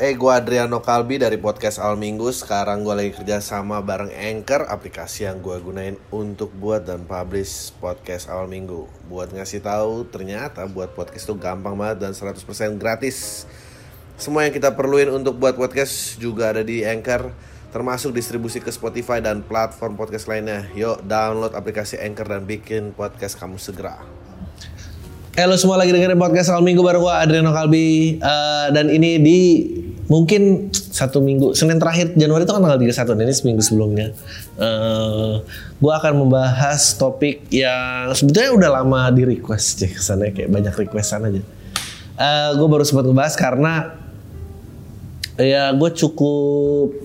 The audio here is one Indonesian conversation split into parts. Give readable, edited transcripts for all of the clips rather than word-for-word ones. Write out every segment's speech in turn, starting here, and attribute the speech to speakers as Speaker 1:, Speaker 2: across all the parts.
Speaker 1: Gue Adriano Kalbi dari podcast Awal Minggu. Sekarang gue lagi kerja sama bareng Anchor, aplikasi yang gue gunain untuk buat dan publish podcast Awal Minggu. Buat ngasih tahu, ternyata buat podcast itu gampang banget dan 100% gratis. Semua yang kita perluin untuk buat podcast juga ada di Anchor, termasuk distribusi ke Spotify dan platform podcast lainnya. Yuk download aplikasi Anchor dan bikin podcast kamu segera.
Speaker 2: Halo semua, lagi dengerin podcast Awal Minggu bareng gue Adriano Kalbi. Dan ini di mungkin satu minggu, Senin terakhir Januari itu kan tanggal 31, dan ini seminggu sebelumnya. Gue akan membahas topik yang sebetulnya udah lama di request, kesannya kayak banyak requestan aja. Gue baru sempat ngebahas karena ya gue cukup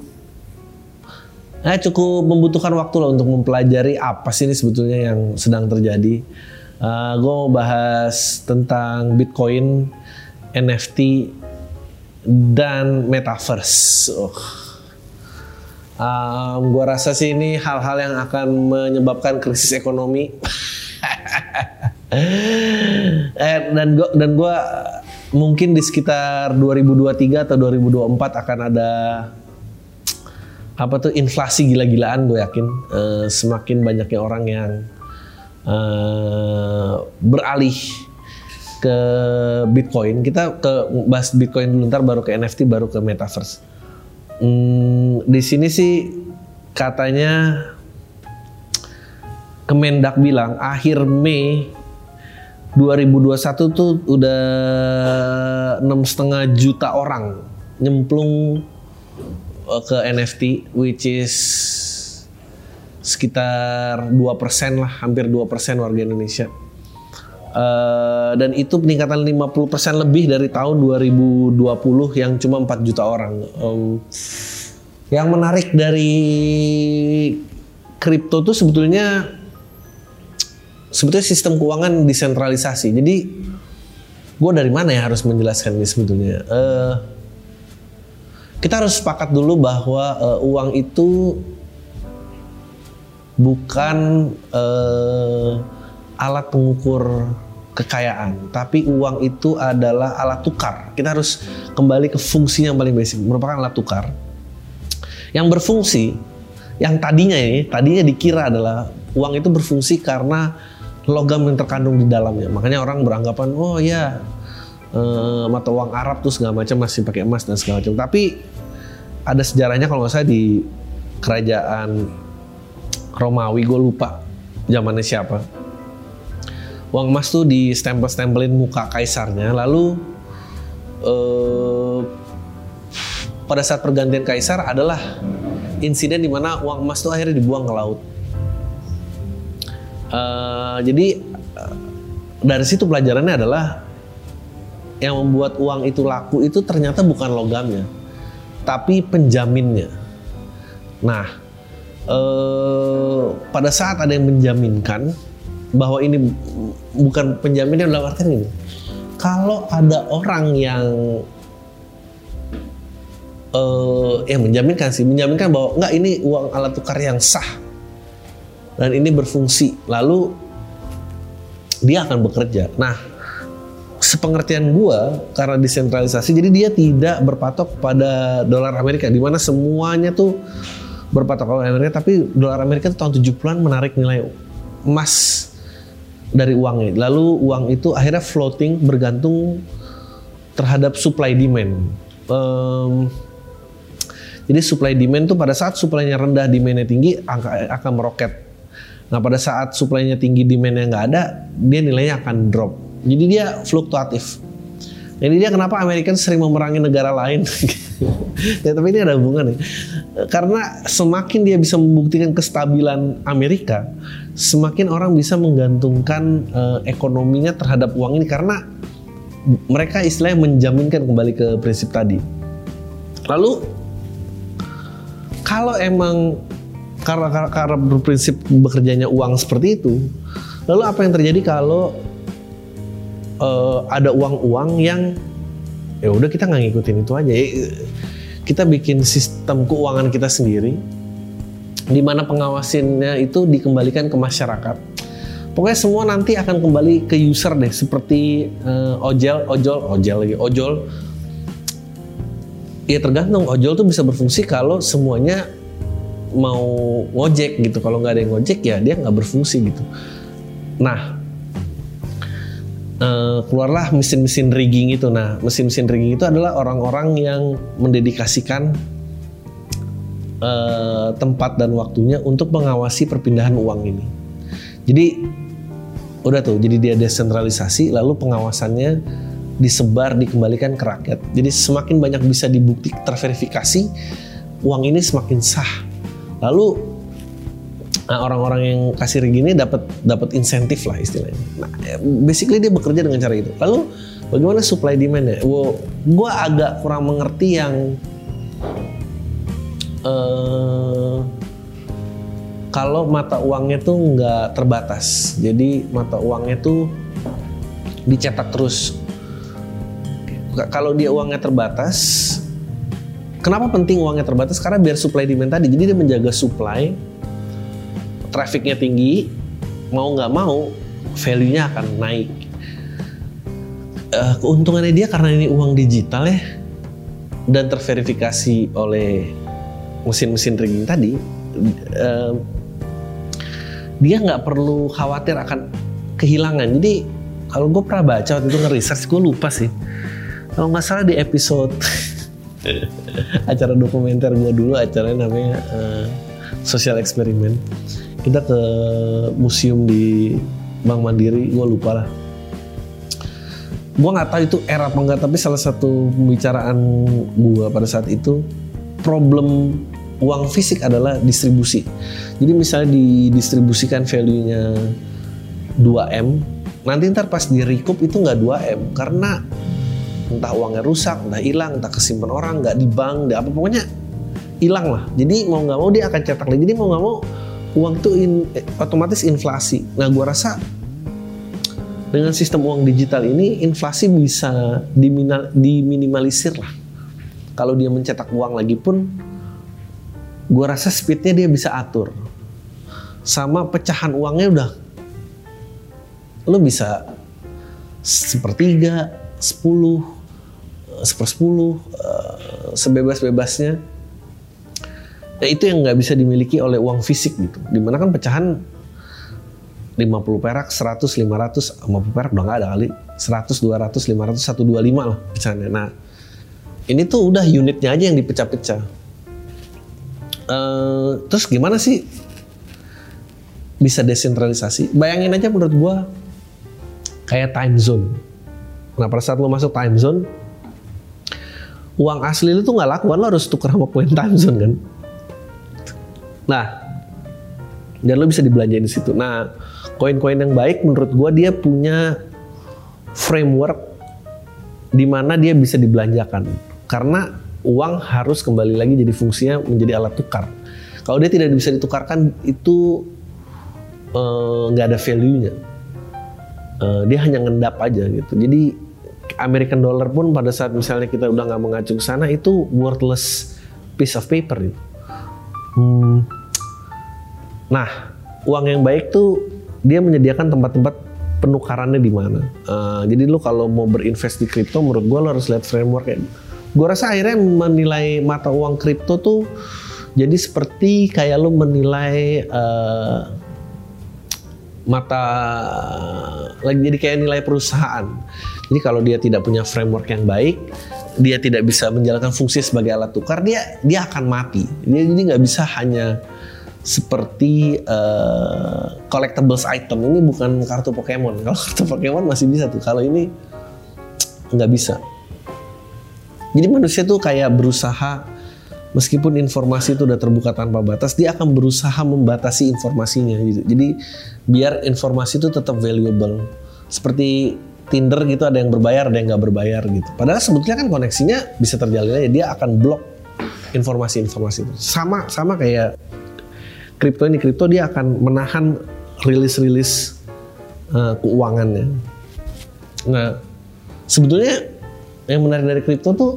Speaker 2: membutuhkan waktu lah untuk mempelajari apa sih ini sebetulnya yang sedang terjadi. Gue mau bahas tentang Bitcoin, NFT, dan Metaverse. Gue rasa sih ini hal-hal yang akan menyebabkan krisis ekonomi. Dan gue mungkin di sekitar 2023 atau 2024 akan ada inflasi gila-gilaan. Gue yakin semakin banyaknya orang yang beralih ke Bitcoin. Kita bahas Bitcoin dulu, ntar baru ke NFT, baru ke Metaverse. Di sini sih katanya Kemendak bilang akhir Mei 2021 tuh udah 6,5 juta orang nyemplung ke NFT, which is sekitar 2% lah, hampir 2% warga Indonesia. Dan itu peningkatan 50% lebih dari tahun 2020 yang cuma 4 juta orang. Yang menarik dari kripto tuh sebetulnya sistem keuangan desentralisasi. Jadi gue dari mana ya harus menjelaskan ini sebetulnya? Kita harus sepakat dulu bahwa uang itu bukan alat pengukur kekayaan, tapi uang itu adalah alat tukar. Kita harus kembali ke fungsinya yang paling basic, merupakan alat tukar yang berfungsi, yang tadinya dikira adalah uang itu berfungsi karena logam yang terkandung di dalamnya. Makanya orang beranggapan, oh ya, mata uang Arab tuh segala macam masih pakai emas dan segala macam. Tapi ada sejarahnya kalau nggak salah di kerajaan Romawi, gue lupa zamannya siapa. Uang emas tuh di stempelin muka kaisarnya, lalu pada saat pergantian kaisar adalah insiden di mana uang emas tuh akhirnya dibuang ke laut. Jadi dari situ pelajarannya adalah yang membuat uang itu laku itu ternyata bukan logamnya, tapi penjaminnya. Nah, pada saat ada yang menjaminkan bahwa ini bukan penjaminnya, dalam artian ini, kalau ada orang yang menjaminkan bahwa enggak, ini uang alat tukar yang sah dan ini berfungsi, lalu dia akan bekerja. Nah, sepengertian gua, karena desentralisasi, jadi dia tidak berpatok pada dolar Amerika, di mana semuanya tuh berpatok pada Amerika, tapi dolar Amerika itu tahun 70-an menarik nilai emas dari uangnya. Lalu uang itu akhirnya floating, bergantung terhadap supply demand. Jadi supply demand tuh pada saat supply-nya rendah, demand-nya tinggi, akan meroket. Nah, pada saat supply-nya tinggi, demand-nya nggak ada, dia nilainya akan drop. Jadi dia fluktuatif. Jadi dia kenapa Amerika sering memerangi negara lain? Ya, tapi ini ada hubungan ya. Karena semakin dia bisa membuktikan kestabilan Amerika, semakin orang bisa menggantungkan ekonominya terhadap uang ini, karena mereka istilahnya menjaminkan, kembali ke prinsip tadi. Lalu kalau emang karena berprinsip bekerjanya uang seperti itu, lalu apa yang terjadi kalau ada uang-uang yang ya udah kita nggak ngikutin itu aja? Kita bikin sistem keuangan kita sendiri, di mana pengawasannya itu dikembalikan ke masyarakat. Pokoknya semua nanti akan kembali ke user deh, seperti ojol. Ya tergantung, ojol tuh bisa berfungsi kalau semuanya mau ngojek gitu. Kalau nggak ada yang ngojek ya dia nggak berfungsi gitu. Nah, keluarlah mesin-mesin rigging itu. Nah, mesin-mesin rigging itu adalah orang-orang yang mendedikasikan tempat dan waktunya untuk mengawasi perpindahan uang ini. Jadi udah tuh, jadi dia desentralisasi, lalu pengawasannya disebar, dikembalikan ke rakyat. Jadi semakin banyak bisa dibukti terverifikasi, uang ini semakin sah. Lalu orang-orang yang kasir gini dapat insentif lah istilahnya. Nah, basically dia bekerja dengan cara itu. Lalu bagaimana supply demand-nya? Gue agak kurang mengerti yang kalau mata uangnya tuh nggak terbatas. Jadi mata uangnya tuh dicetak terus. Kalau dia uangnya terbatas, kenapa penting uangnya terbatas? Karena biar supply demand tadi. Jadi dia menjaga supply, trafficnya tinggi, mau nggak mau value-nya akan naik. Keuntungannya dia karena ini uang digital ya, dan terverifikasi oleh mesin-mesin rigging tadi, dia nggak perlu khawatir akan kehilangan. Jadi kalau gue pernah baca waktu itu nge-research, gue lupa sih. Kalau nggak salah di episode acara dokumenter gue dulu, acaranya namanya Social Experiment. Kita ke museum di Bank Mandiri, gue lupa lah. Gue nggak tahu itu era apa enggak, tapi salah satu pembicaraan gue pada saat itu, problem uang fisik adalah distribusi. Jadi misalnya didistribusikan value-nya 2M, nanti ntar pas di recoup itu nggak 2M, karena entah uangnya rusak, entah hilang, entah kesimpan orang, nggak di bank, nggak apa, pokoknya hilang lah. Jadi mau nggak mau dia akan cetak lagi. Jadi mau nggak mau uang itu otomatis inflasi. Nah, gua rasa dengan sistem uang digital ini inflasi bisa diminimalisir lah. Kalau dia mencetak uang lagi pun, gua rasa speednya dia bisa atur. Sama pecahan uangnya udah, lo bisa 1/3, 10, 1/10, sebebas-bebasnya. Ya, itu yang nggak bisa dimiliki oleh uang fisik gitu. Dimana kan pecahan 50 perak, 100, 500, 50 perak udah nggak ada kali. 100, 200, 500, 125 lah pecahannya. Nah, ini tuh udah unitnya aja yang dipecah-pecah. Terus gimana sih bisa desentralisasi? Bayangin aja menurut gua kayak time zone. Nah, pada saat lo masuk time zone, uang asli lu tuh nggak laku, lo harus tukar sama koin time zone kan. Nah, dan lo bisa dibelanjain di situ. Nah, koin-koin yang baik menurut gue dia punya framework di mana dia bisa dibelanjakan. Karena uang harus kembali lagi jadi fungsinya menjadi alat tukar. Kalau dia tidak bisa ditukarkan itu nggak ada value-nya. Dia hanya ngendap aja gitu. Jadi American dollar pun pada saat misalnya kita udah nggak mengacu ke sana itu worthless piece of paper itu. Nah, uang yang baik tuh dia menyediakan tempat-tempat penukarannya di mana. Jadi lo kalau mau berinvest di kripto, menurut gue lo harus lihat frameworknya. Gue rasa akhirnya menilai mata uang kripto tuh jadi seperti kayak lo menilai jadi kayak nilai perusahaan. Jadi kalau dia tidak punya framework yang baik, dia tidak bisa menjalankan fungsi sebagai alat tukar, dia akan mati. Dia jadi nggak bisa hanya seperti collectibles item. Ini bukan kartu Pokemon. Kalau kartu Pokemon masih bisa tuh. Kalau ini nggak bisa. Jadi manusia tuh kayak berusaha, meskipun informasi itu udah terbuka tanpa batas, dia akan berusaha membatasi informasinya gitu. Jadi biar informasi itu tetap valuable. Seperti Tinder gitu, ada yang berbayar, ada yang nggak berbayar gitu. Padahal sebetulnya kan koneksinya bisa terjalin aja. Dia akan blok informasi-informasi itu. Sama kayak kripto ini. Kripto dia akan menahan rilis-rilis keuangannya. Nah, sebetulnya yang menarik dari kripto tuh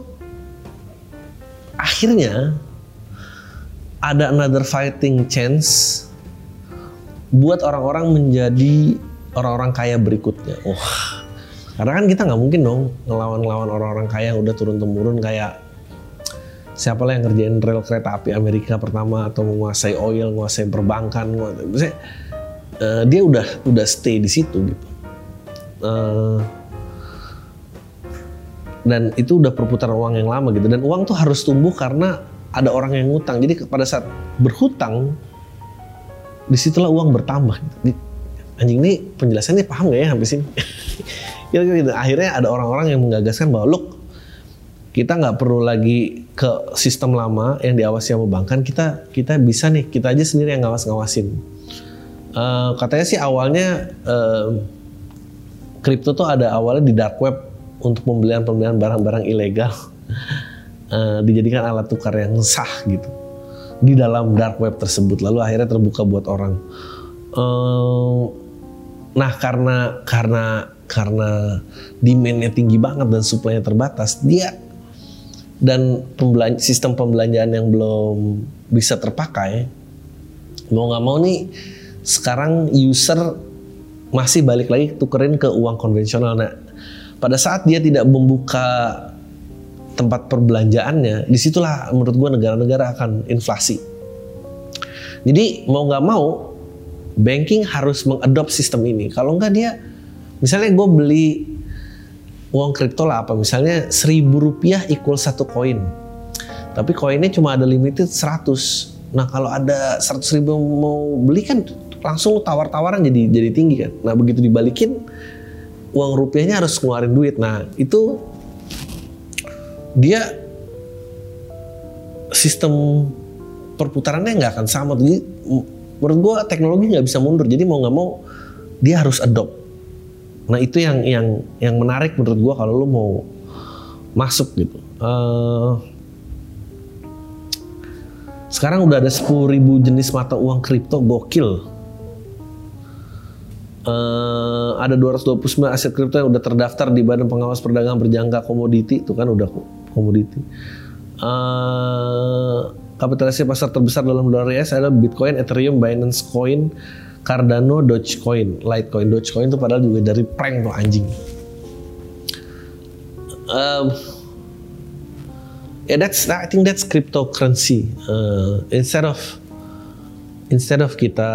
Speaker 2: akhirnya ada another fighting chance buat orang-orang menjadi orang-orang kaya berikutnya. Karena kan kita nggak mungkin dong ngelawan-ngelawan orang-orang kaya yang udah turun-temurun kayak siapa lah yang ngerjain rel kereta api Amerika pertama atau menguasai oil, menguasai perbankan, maksudnya dia udah stay di situ gitu. Dan itu udah perputaran uang yang lama gitu. Dan uang tuh harus tumbuh karena ada orang yang ngutang. Jadi pada saat berhutang, disitulah uang bertambah. Anjing ini penjelasannya paham gak ya sampai sini? Gitu. Akhirnya ada orang-orang yang menggagaskan bahwa look, kita nggak perlu lagi ke sistem lama yang diawasi sama bankan. Kita bisa nih, kita aja sendiri yang ngawasin. Katanya sih awalnya kripto tuh ada awalnya di dark web untuk pembelian barang-barang ilegal, dijadikan alat tukar yang sah gitu di dalam dark web tersebut. Lalu akhirnya terbuka buat orang. Nah karena demand-nya tinggi banget dan supply-nya terbatas, dan sistem pembelanjaan yang belum bisa terpakai, mau nggak mau nih sekarang user masih balik lagi tukerin ke uang konvensional. Nah, pada saat dia tidak membuka tempat perbelanjaannya, disitulah menurut gue negara-negara akan inflasi. Jadi mau nggak mau, banking harus mengadop sistem ini. Kalau nggak dia, misalnya gue beli uang kripto lah apa, misalnya Rp1.000 equal 1 koin. Tapi koinnya cuma ada limited 100. Nah kalau ada 100.000 mau beli kan langsung tawar-tawaran jadi tinggi kan. Nah begitu dibalikin, uang rupiahnya harus ngeluarin duit. Nah itu dia sistem perputarannya nggak akan sama. Jadi menurut gue teknologi nggak bisa mundur. Jadi mau nggak mau dia harus adopt. Nah itu yang menarik menurut gue kalau lu mau masuk gitu. Sekarang udah ada 10.000 jenis mata uang kripto, gokil. Ada 229 aset kripto yang udah terdaftar di Badan Pengawas Perdagangan Berjangka Komoditi, itu kan udah komoditi. Kapitalisasi pasar terbesar dalam dolar US adalah Bitcoin, Ethereum, Binance Coin, Cardano, Dogecoin, Litecoin. Dogecoin itu padahal juga dari prank tuh anjing. I think that's cryptocurrency. Instead of kita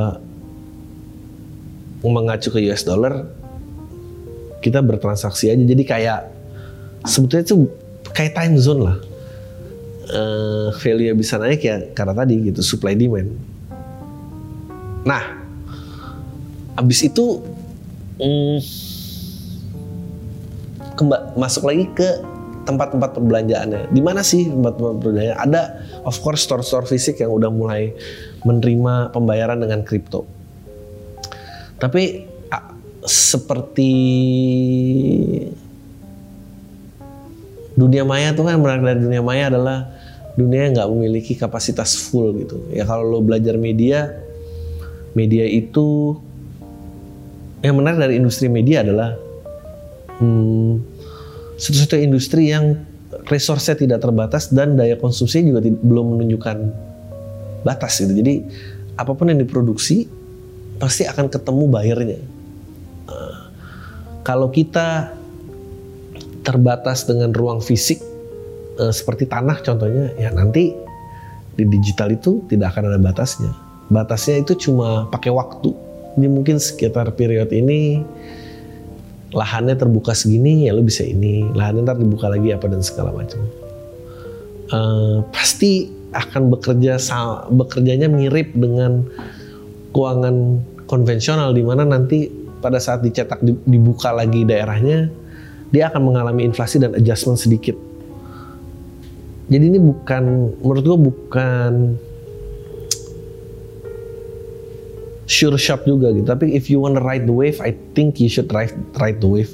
Speaker 2: mengacu ke US dollar, kita bertransaksi aja. Jadi kayak sebetulnya itu kayak time zone lah. Value bisa naik ya karena tadi gitu, supply demand. Nah, abis itu masuk lagi ke tempat-tempat perbelanjaannya. Di mana sih tempat-tempat perbelanjaan? Ada of course store-store fisik yang udah mulai menerima pembayaran dengan kripto. Tapi seperti dunia maya tuh kan, menarik dari dunia maya adalah dunia yang nggak memiliki kapasitas full gitu. Ya kalau lo belajar media itu yang menarik dari industri media adalah satu-satunya industri yang resource-nya tidak terbatas dan daya konsumsi juga belum menunjukkan batas gitu. Jadi apapun yang diproduksi pasti akan ketemu buyer-nya. Kalau kita terbatas dengan ruang fisik seperti tanah contohnya, ya nanti di digital itu tidak akan ada batasnya. Batasnya itu cuma pakai waktu. Ini mungkin sekitar periode ini lahannya terbuka segini, ya lo bisa ini. Lahannya ntar dibuka lagi apa dan segala macam. Pasti akan bekerjanya mirip dengan keuangan konvensional, di mana nanti pada saat dicetak dibuka lagi daerahnya, dia akan mengalami inflasi dan adjustment sedikit. Jadi ini menurut gue bukan sure shot juga gitu. Tapi if you wanna ride the wave, I think you should ride the wave.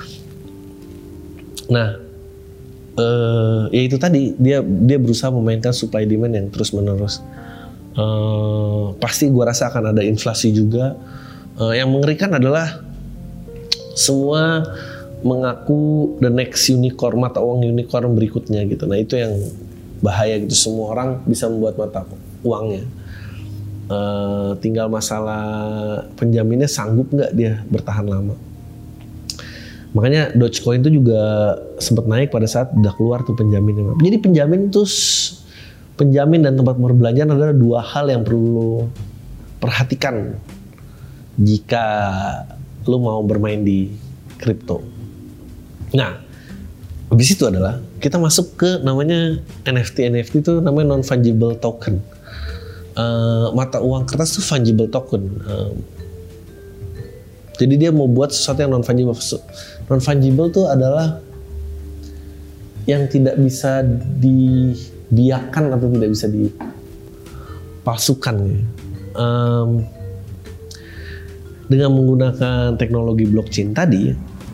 Speaker 2: Nah, ya itu tadi dia berusaha memainkan supply demand yang terus menerus. Pasti gue rasa akan ada inflasi juga. Yang mengerikan adalah semua mengaku the next unicorn, mata uang unicorn berikutnya gitu. Nah itu yang bahaya gitu. Semua orang bisa membuat mata uangnya. Tinggal masalah penjaminnya sanggup nggak dia bertahan lama. Makanya Dogecoin itu juga sempat naik pada saat udah keluar tuh penjaminnya. Jadi penjamin dan tempat perbelanjaan adalah dua hal yang perlu lo perhatikan jika lo mau bermain di kripto. Nah, habis itu adalah kita masuk ke namanya NFT. NFT itu namanya non-fungible token. Mata uang kertas itu fungible token. Jadi dia mau buat sesuatu yang non-fungible. Non-fungible itu adalah yang tidak bisa dibiarkan atau tidak bisa dipalsukan. Dengan menggunakan teknologi blockchain tadi,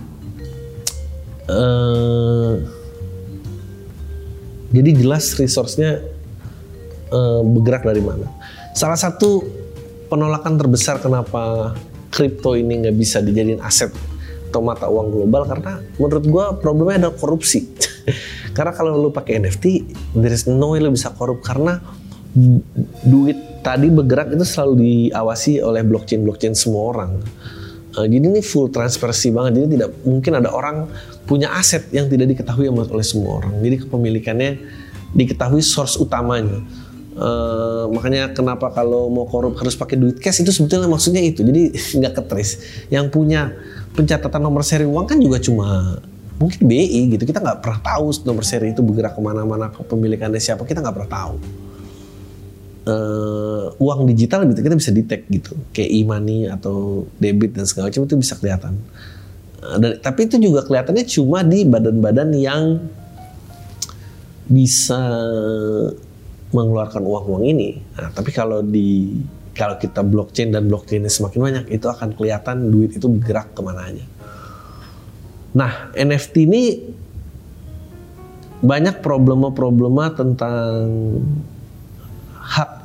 Speaker 2: jadi jelas resource-nya bergerak dari mana. Salah satu penolakan terbesar kenapa kripto ini nggak bisa dijadiin aset atau mata uang global, karena menurut gue problemnya adalah korupsi. Karena kalau lu pakai NFT, there is no way lu bisa korup, karena duit tadi bergerak itu selalu diawasi oleh blockchain semua orang. Jadi ini full transparansi banget. Jadi tidak mungkin ada orang punya aset yang tidak diketahui oleh semua orang. Jadi kepemilikannya diketahui source utamanya. Makanya kenapa kalau mau korup harus pakai duit cash, itu sebetulnya maksudnya itu. Jadi nggak ketrace. Yang punya pencatatan nomor seri uang kan juga cuma mungkin BI gitu. Kita nggak pernah tahu nomor seri itu bergerak kemana-mana, kepemilikannya siapa, kita nggak pernah tahu. Uang digital gitu kita bisa detect gitu, kayak e-money atau debit dan segala macam itu bisa kelihatan. Tapi itu juga kelihatannya cuma di badan-badan yang bisa mengeluarkan uang-uang ini. Nah, tapi kalau kita blockchain dan blockchainnya semakin banyak, itu akan kelihatan duit itu bergerak kemana aja. Nah, NFT ini banyak problema tentang hak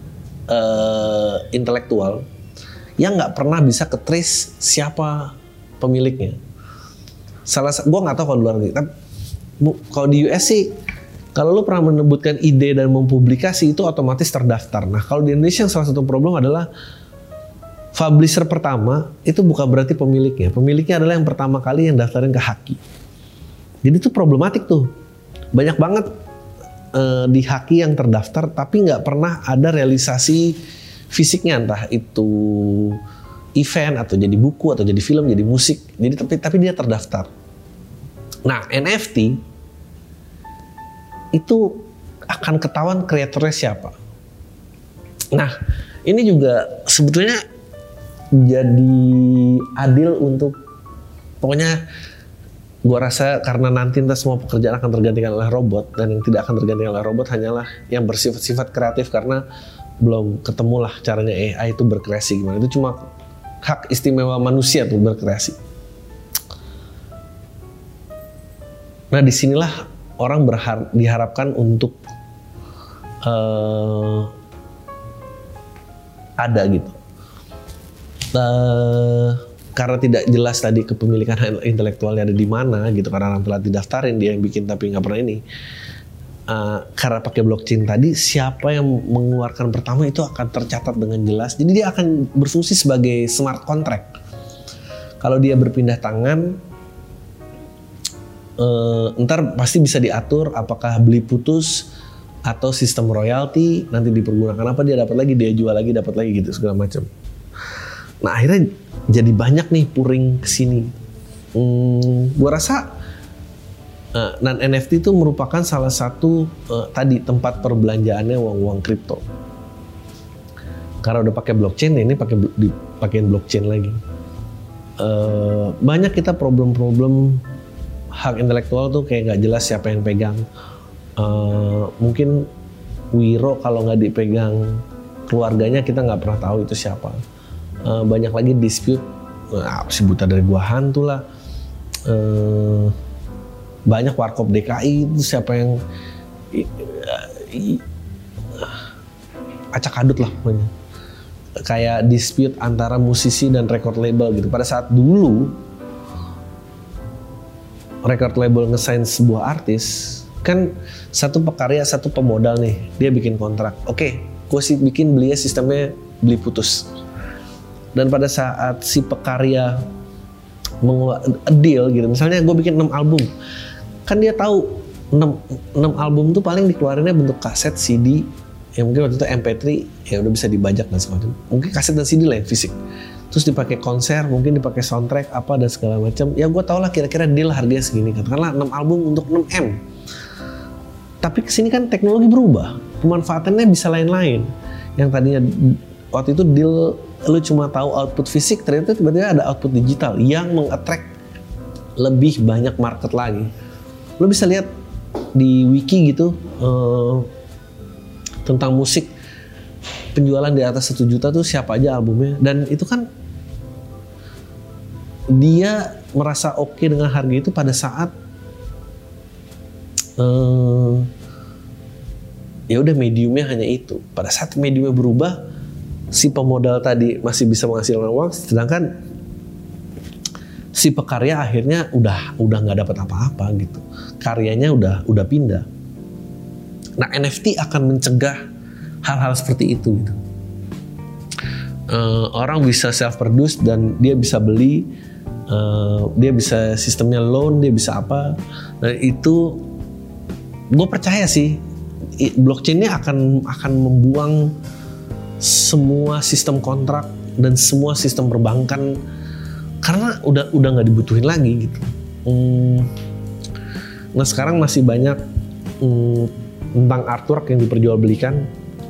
Speaker 2: intelektual yang nggak pernah bisa ke-trace siapa pemiliknya. Gue nggak tahu kalau di luar negeri, tapi kalau di US sih, kalau lo pernah menyebutkan ide dan mempublikasi itu otomatis terdaftar. Nah, kalau di Indonesia salah satu problem adalah publisher pertama itu bukan berarti pemiliknya. Pemiliknya adalah yang pertama kali yang daftarin ke Haki. Jadi itu problematik tuh. Banyak banget di Haki yang terdaftar tapi nggak pernah ada realisasi fisiknya, entah itu event atau jadi buku atau jadi film, jadi musik. Jadi tapi dia terdaftar. Nah, NFT itu akan ketahuan kreatornya siapa. Nah, ini juga sebetulnya jadi adil untuk, pokoknya gue rasa karena nanti semua pekerjaan akan tergantikan oleh robot, dan yang tidak akan tergantikan oleh robot hanyalah yang bersifat kreatif, karena belum ketemulah caranya AI itu berkreasi gimana. Itu cuma hak istimewa manusia tuh berkreasi. Nah, disinilah orang diharapkan untuk ada gitu. Karena tidak jelas tadi kepemilikan intelektualnya ada di mana gitu, karena orang telah didaftarin, dia yang bikin tapi nggak pernah ini. Karena pakai blockchain tadi, siapa yang mengeluarkan pertama itu akan tercatat dengan jelas. Jadi dia akan berfungsi sebagai smart contract. Kalau dia berpindah tangan, ntar pasti bisa diatur apakah beli putus atau sistem royalti, nanti dipergunakan apa, dia dapat lagi, dia jual lagi, dapat lagi gitu segala macam. Nah, akhirnya jadi banyak nih puring kesini. Gua rasa dan NFT itu merupakan salah satu tadi tempat perbelanjaannya uang-uang kripto. Karena udah pakai blockchain, ini dipakein blockchain lagi. Banyak kita problem-problem hak intelektual tuh kayak nggak jelas siapa yang pegang. Mungkin Wiro kalau nggak dipegang keluarganya, kita nggak pernah tahu itu siapa. Banyak lagi dispute, si buta dari gua hantu lah. Banyak warkop DKI itu siapa yang acak adut lah pokoknya. Kayak dispute antara musisi dan record label gitu. Pada saat dulu record label nge-sign sebuah artis, kan satu pekarya, satu pemodal nih, dia bikin kontrak. Oke, gue sih bikin belinya sistemnya beli putus. Dan pada saat si pekarya deal gitu. Misalnya gue bikin 6 album, kan dia tahu 6 album tuh paling dikeluarinnya bentuk kaset, CD, ya mungkin waktu itu MP3 ya udah bisa dibajak dan segala macam. Mungkin kaset dan CD lah yang fisik. Terus dipakai konser, mungkin dipakai soundtrack apa dan segala macam. Ya gue tau lah kira-kira deal harganya segini, katakanlah 6 album untuk 6 M. Tapi kesini kan teknologi berubah, pemanfaatannya bisa lain-lain. Yang tadinya waktu itu deal lu cuma tahu output fisik, ternyata tiba-tiba ada output digital yang meng-attract lebih banyak market lagi. Lu bisa lihat di wiki gitu tentang musik, penjualan di atas 1 juta tuh siapa aja albumnya, dan itu kan dia merasa oke dengan harga itu pada saat ya udah mediumnya hanya itu. Pada saat mediumnya berubah, si pemodal tadi masih bisa menghasilkan uang, sedangkan si pekarya akhirnya udah nggak dapat apa-apa gitu. Karyanya udah pindah. Nah, NFT akan mencegah hal-hal seperti itu gitu. Orang bisa self produce dan dia bisa beli, dia bisa sistemnya loan, dia bisa apa. Nah, itu gue percaya sih blockchain-nya akan membuang semua sistem kontrak dan semua sistem perbankan karena udah nggak dibutuhin lagi gitu. Nah, sekarang masih banyak tentang artwork yang diperjualbelikan.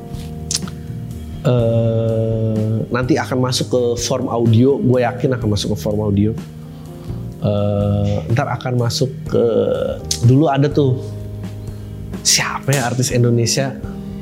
Speaker 2: Nanti akan masuk ke form audio, gue yakin akan masuk ke form audio. Ntar akan masuk ke, dulu ada tuh siapa ya artis Indonesia,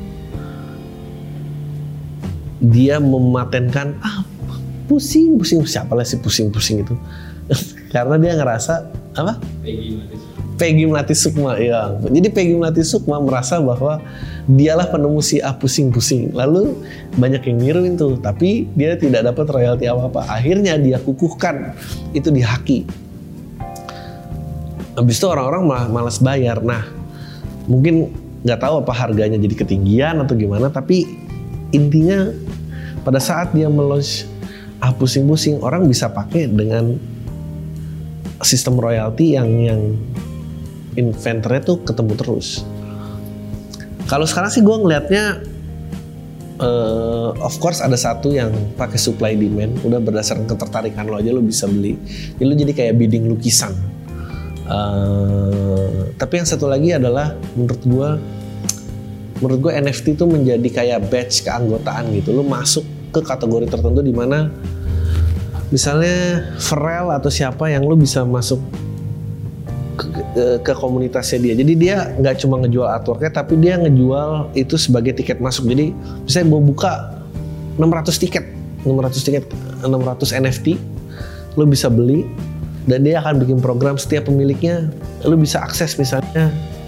Speaker 2: dia mematenkan pusing siapa lah si pusing itu karena dia ngerasa apa? Peggy Melati Sukma ya. Jadi Peggy Melati Sukma merasa bahwa dialah penemu si pusing. Lalu banyak yang niruin tuh, tapi dia tidak dapat royalti apa-apa. Akhirnya dia kukuhkan itu di Haki. Habis itu orang-orang malas bayar. Nah, mungkin nggak tahu apa harganya jadi ketinggian atau gimana, tapi intinya pada saat dia meluncur pusing, orang bisa pakai dengan sistem royalti yang inventornya tuh ketemu terus. Kalau sekarang sih gue ngelihatnya of course ada satu yang pakai supply demand, udah berdasarkan ketertarikan lo aja lo bisa beli. Jadi lo jadi kayak bidding lukisan. Tapi yang satu lagi adalah menurut gue NFT itu menjadi kayak badge keanggotaan gitu. Lo masuk ke kategori tertentu di mana misalnya Pharrell atau siapa yang lo bisa masuk ke komunitasnya dia. Jadi dia nggak cuma ngejual artworknya, tapi dia ngejual itu sebagai tiket masuk. Jadi misalnya gue buka 600 NFT, lo bisa beli. Dan dia akan bikin program setiap pemiliknya, lu bisa akses misalnya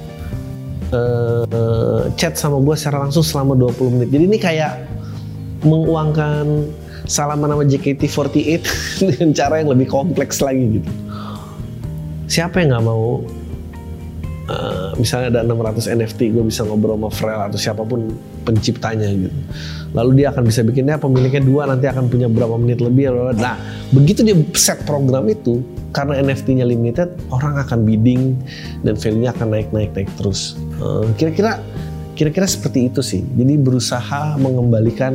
Speaker 2: chat sama gue secara langsung selama 20 menit. Jadi ini kayak menguangkan salaman sama JKT48 dengan cara yang lebih kompleks lagi gitu. Siapa yang nggak mau misalnya ada 600 NFT, gue bisa ngobrol sama Pharrell atau siapapun penciptanya gitu. Lalu dia akan bisa bikinnya pemiliknya 2, nanti akan punya berapa menit lebih. Nah, begitu dia set program itu, karena NFT-nya limited, orang akan bidding dan value-nya akan naik terus. Kira-kira seperti itu sih. Jadi berusaha mengembalikan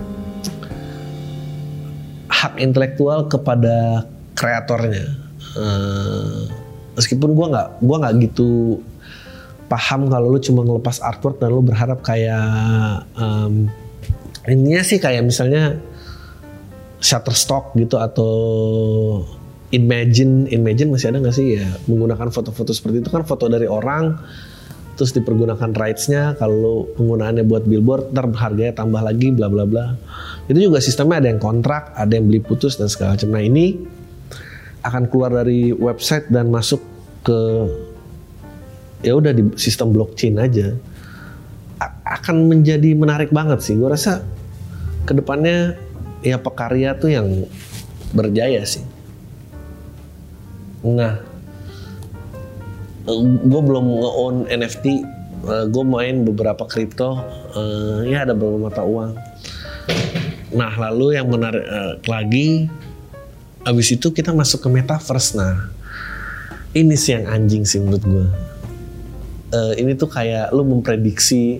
Speaker 2: hak intelektual kepada kreatornya. Meskipun gue nggak gitu paham kalau lu cuma ngelepas artwork dan lu berharap kayak intinya sih kayak misalnya Shutterstock gitu atau Imagine masih ada nggak sih ya, menggunakan foto-foto seperti itu kan foto dari orang terus dipergunakan rights-nya, kalau penggunaannya buat billboard ntar harganya tambah lagi bla bla bla. Itu juga sistemnya ada yang kontrak, ada yang beli putus dan segala macam. Nah, ini akan keluar dari website dan masuk ke ya udah di sistem blockchain aja. Akan menjadi menarik banget sih. Gue rasa kedepannya ya pekarya tuh yang berjaya sih. Nah, gue belum nge-own NFT, gue main beberapa kripto, ya ada beberapa mata uang. Nah, lalu yang menarik lagi, Abis itu kita masuk ke metaverse. Nah, ini sih yang anjing sih menurut gue. Ini tuh kayak lu memprediksi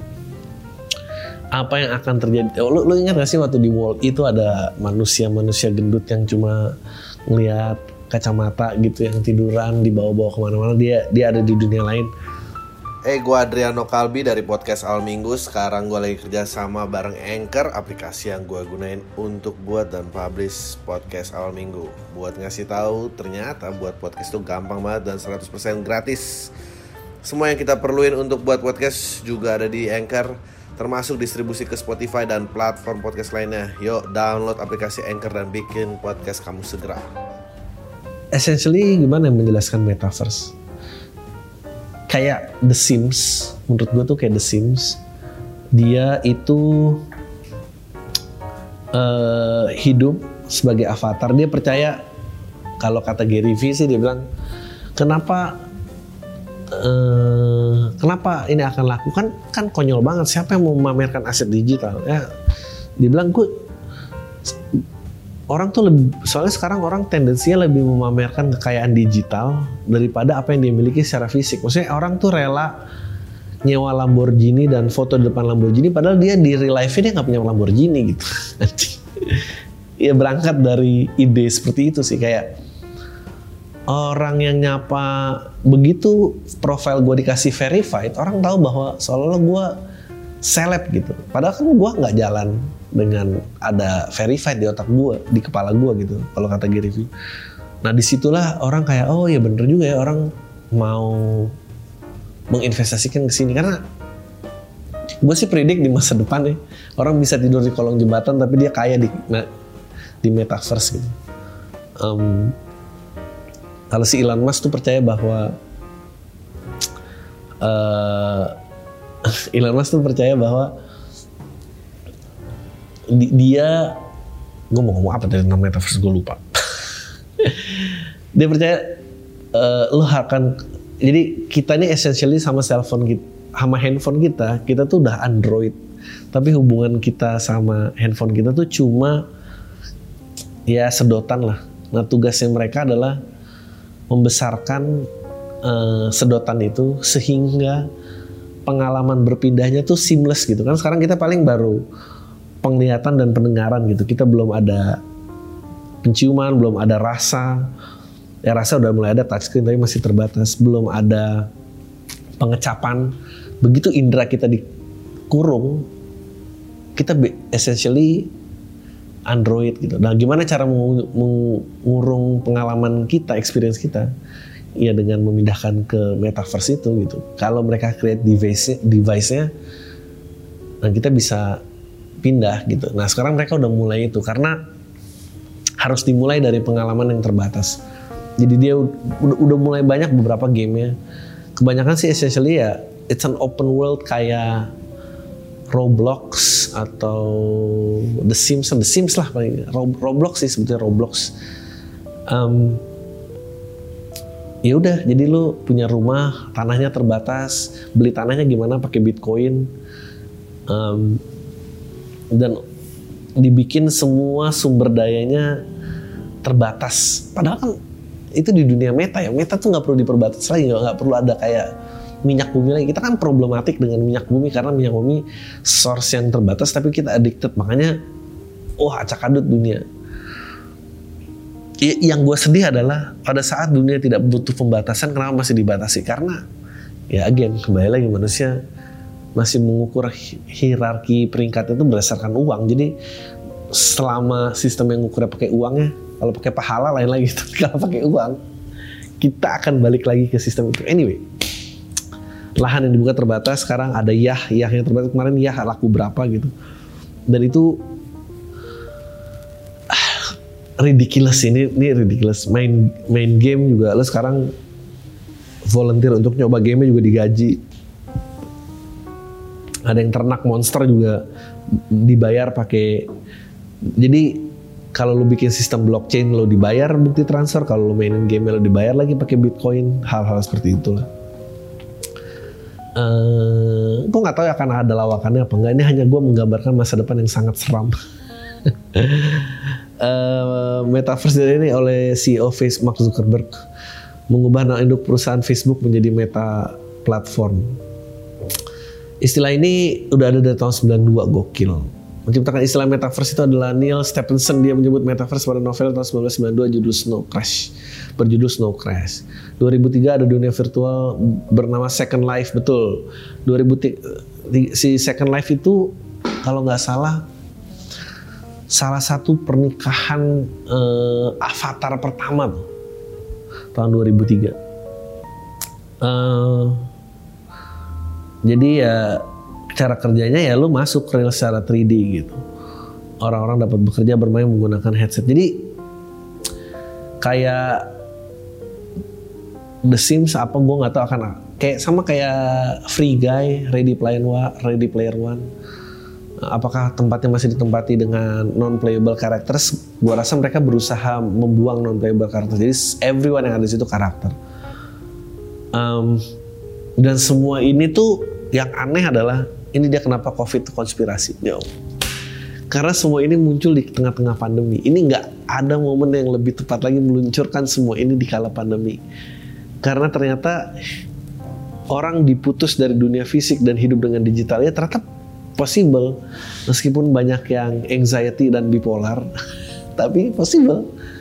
Speaker 2: apa yang akan terjadi. Lu ingat gak sih waktu di Wall itu ada manusia gendut yang cuma ngeliat kacamata gitu yang tiduran dibawa-bawa kemana-mana, dia ada di dunia lain.
Speaker 1: Gue Adriano Kalbi dari podcast Al Minggu. Sekarang gue lagi kerja sama bareng Anchor, aplikasi yang gue gunain untuk buat dan publish podcast Al Minggu. Buat ngasih tahu ternyata buat podcast itu gampang banget dan 100% gratis. Semua yang kita perluin untuk buat podcast juga ada di Anchor, termasuk distribusi ke Spotify dan platform podcast lainnya. Yuk download aplikasi Anchor dan bikin podcast kamu segera.
Speaker 2: Essentially gimana yang menjelaskan metaverse? Kayak The Sims, menurut gue tuh kayak The Sims. Dia itu hidup sebagai avatar. Dia percaya, kalau kata Gary Vee sih dia bilang, kenapa ini akan laku, kan konyol banget, siapa yang mau memamerkan aset digital ya. Dia bilang orang tuh lebih, soalnya sekarang orang tendensinya lebih memamerkan kekayaan digital daripada apa yang dia miliki secara fisik. Maksudnya orang tuh rela nyewa Lamborghini dan foto di depan Lamborghini padahal dia di real life dia nggak punya Lamborghini gitu. Ya berangkat dari ide seperti itu sih, kayak orang yang nyapa begitu profile gue dikasih verified, orang tahu bahwa seolah-olah gue seleb gitu. Padahal kan gue nggak jalan dengan ada verified di otak gue, di kepala gue gitu, kalau kata Gary Vee. Nah disitulah orang kayak, oh ya bener juga ya, orang mau menginvestasikan ke sini. Karena gue sih predik di masa depan ya, orang bisa tidur di kolong jembatan tapi dia kaya di metaverse gitu. Kalau si Elon Musk tuh percaya bahwa dia, gue mau ngomong apa dari nama metaverse, gue lupa. Dia percaya lo akan, jadi kita ini essentially sama cellphone kita, sama handphone kita tuh udah Android, tapi hubungan kita sama handphone kita tuh cuma ya sedotan lah. Nah tugasnya mereka adalah membesarkan sedotan itu sehingga pengalaman berpindahnya tuh seamless gitu kan. Sekarang kita paling baru penglihatan dan pendengaran gitu, kita belum ada penciuman, belum ada rasa. Ya rasa udah mulai ada, touchscreen tapi masih terbatas, belum ada pengecapan. Begitu indera kita dikurung, kita essentially Android gitu. Nah gimana cara mengurung pengalaman kita, experience kita? Ya dengan memindahkan ke metaverse itu gitu. Kalau mereka create device-nya, nah kita bisa pindah gitu. Nah sekarang mereka udah mulai itu karena harus dimulai dari pengalaman yang terbatas. Jadi dia udah mulai banyak beberapa gamenya. Kebanyakan sih essentially ya it's an open world kayak Roblox atau The Sims lah paling. Roblox sih sebetulnya Roblox. Ya udah, jadi lu punya rumah, tanahnya terbatas, beli tanahnya gimana pakai Bitcoin, dan dibikin semua sumber dayanya terbatas. Padahal kan itu di dunia meta ya, meta tuh nggak perlu diperbatas lagi, nggak perlu ada kayak minyak bumi lagi. Kita kan problematik dengan minyak bumi karena minyak bumi source yang terbatas, tapi kita addicted, makanya acak adut dunia. Yang gue sedih adalah pada saat dunia tidak butuh pembatasan, kenapa masih dibatasi? Karena ya again, kembali lagi manusia masih mengukur hierarki peringkat itu berdasarkan uang. Jadi selama sistem yang ngukurnya pakai uangnya, kalau pakai pahala lain lagi. Tapi kalau pakai uang, kita akan balik lagi ke sistem itu. Anyway, lahan yang dibuka terbatas, sekarang ada yah yang terbatas. Kemarin yah laku berapa gitu. Dan itu ridiculous, ini ridiculous. Main game juga, lo sekarang volunteer untuk nyoba game juga digaji. Ada yang ternak monster juga dibayar pakai. Jadi kalau lo bikin sistem blockchain lo dibayar bukti transfer, kalau lo mainin game lo dibayar lagi pakai Bitcoin, hal-hal seperti itulah. Gue nggak tahu akan ada lawakannya apa enggak. Ini hanya gue menggambarkan masa depan yang sangat seram. Metaverse ini oleh CEO Facebook Mark Zuckerberg mengubah nama induk perusahaan Facebook menjadi Meta Platform. Istilah ini udah ada dari tahun 92, gokil. Menciptakan istilah Metaverse itu adalah Neil Stephenson. Dia menyebut Metaverse pada novel tahun 1992 berjudul Snow Crash. 2003 ada dunia virtual bernama Second Life, betul. 2003 si Second Life itu kalau nggak salah satu pernikahan avatar pertama tuh, tahun 2003. Jadi ya cara kerjanya ya lu masuk real secara 3D gitu. Orang-orang dapat bekerja bermain menggunakan headset. Jadi kayak The Sims apa gue nggak tahu akan kayak Free Guy, Ready Player One. Apakah tempatnya masih ditempati dengan non-playable characters? Gua rasa mereka berusaha membuang non-playable characters. Jadi everyone yang ada di situ karakter. Dan semua ini tuh yang aneh adalah ini dia kenapa COVID itu konspirasi. Karena semua ini muncul di tengah-tengah pandemi. Ini nggak ada momen yang lebih tepat lagi meluncurkan semua ini di kala pandemi. Karena ternyata orang diputus dari dunia fisik dan hidup dengan digitalnya ternyata possible, meskipun banyak yang anxiety dan bipolar, tapi possible.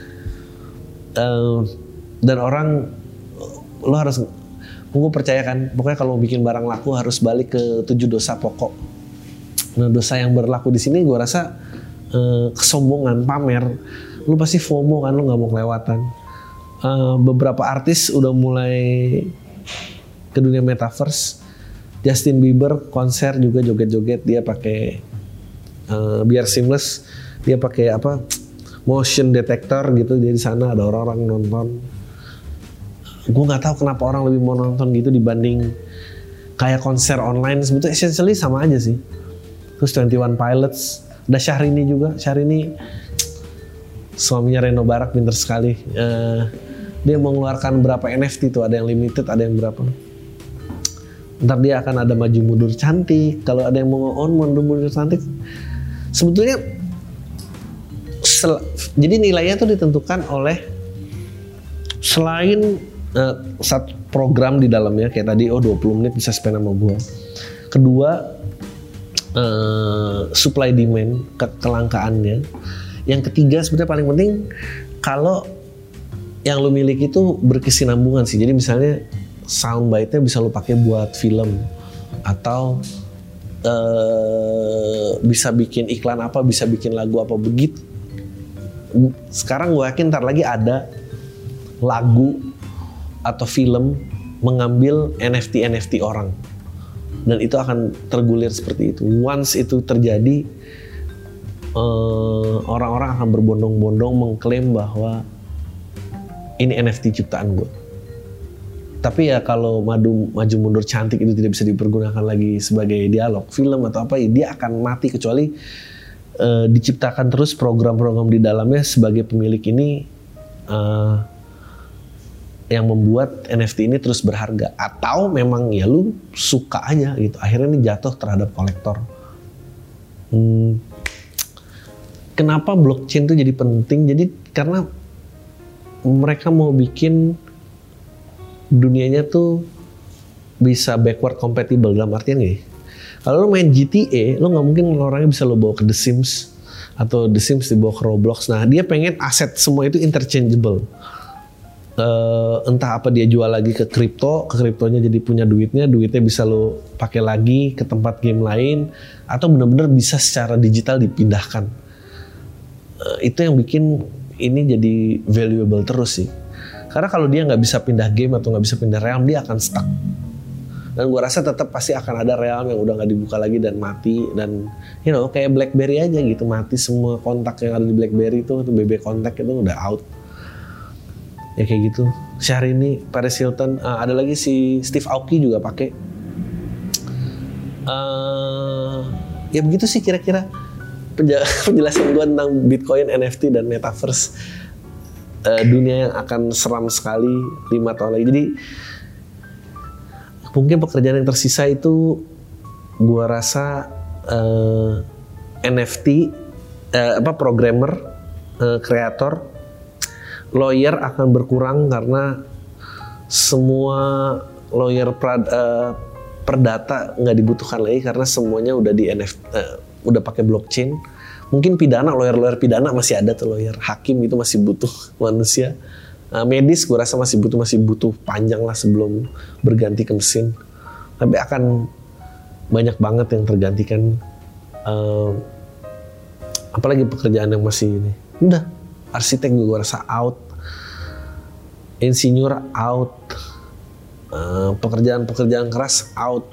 Speaker 2: Dan orang, lo harus, gue percaya kan, pokoknya kalau bikin barang laku harus balik ke 7 dosa pokok. Nah, dosa yang berlaku di sini gue rasa kesombongan, pamer. Lo pasti FOMO kan, lo nggak mau kelewatan. Beberapa artis udah mulai ke dunia metaverse. Justin Bieber konser juga joget-joget, dia pakai biar seamless, dia pakai motion detector gitu, jadi di sana ada orang-orang nonton. Gue nggak tahu kenapa orang lebih mau nonton gitu dibanding kayak konser online. Sebetulnya essentially sama aja sih. Terus 21 Pilots, ada Syahrini juga. Syahrini suaminya Reno Barak, pinter sekali. Dia mengeluarkan berapa NFT tuh, ada yang limited, ada yang berapa. Ntar dia akan ada maju mundur cantik. Kalau ada yang mau mundur cantik, sebetulnya jadi nilainya tuh ditentukan oleh selain satu program di dalamnya kayak tadi 20 menit bisa spend sama gue. Kedua supply demand, kelangkaannya. Yang ketiga sebetulnya paling penting kalau yang lo miliki itu berkesinambungan sih. Jadi misalnya soundbite-nya bisa lo pakai buat film atau bisa bikin iklan apa, bisa bikin lagu apa begitu. Sekarang gue yakin ntar lagi ada lagu atau film mengambil NFT orang dan itu akan tergulir seperti itu. Once itu terjadi, orang-orang akan berbondong-bondong mengklaim bahwa ini NFT ciptaan gue. Tapi ya kalau maju mundur cantik itu tidak bisa dipergunakan lagi sebagai dialog, film atau apa, dia akan mati kecuali diciptakan terus program-program di dalamnya sebagai pemilik ini yang membuat NFT ini terus berharga. Atau memang ya lu suka aja gitu, akhirnya ini jatuh terhadap kolektor. Kenapa blockchain itu jadi penting? Jadi karena mereka mau bikin dunianya tuh bisa backward compatible, dalam artian gini. Kalau lo main GTA, lo nggak mungkin orangnya bisa lo bawa ke The Sims atau The Sims dibawa ke Roblox. Nah, dia pengen aset semua itu interchangeable. Entah apa dia jual lagi ke kriptonya jadi punya duitnya bisa lo pakai lagi ke tempat game lain atau benar-benar bisa secara digital dipindahkan. Itu yang bikin ini jadi valuable terus sih. Karena kalau dia nggak bisa pindah game atau nggak bisa pindah realm, dia akan stuck. Dan gue rasa tetap pasti akan ada realm yang udah nggak dibuka lagi dan mati. Dan kayak BlackBerry aja gitu, mati semua kontak yang ada di BlackBerry itu BB kontak itu udah out. Ya kayak gitu. Syahrini, Paris Hilton, ada lagi si Steve Aoki juga pakai. Ya begitu sih kira-kira penjelasan gue tentang Bitcoin, NFT dan Metaverse. Dunia yang akan seram sekali 5 tahun lagi. Jadi mungkin pekerjaan yang tersisa itu gua rasa NFT, programmer kreator, lawyer akan berkurang karena semua lawyer perdata nggak dibutuhkan lagi karena semuanya udah di NFT, udah pakai blockchain. Mungkin pidana, lawyer pidana masih ada tuh, lawyer hakim itu masih butuh manusia. Medis gue rasa masih butuh panjang lah sebelum berganti ke mesin. Tapi akan banyak banget yang tergantikan. Apalagi pekerjaan yang masih ini. Udah, arsitek gue rasa out. Insinyur out, pekerjaan keras out,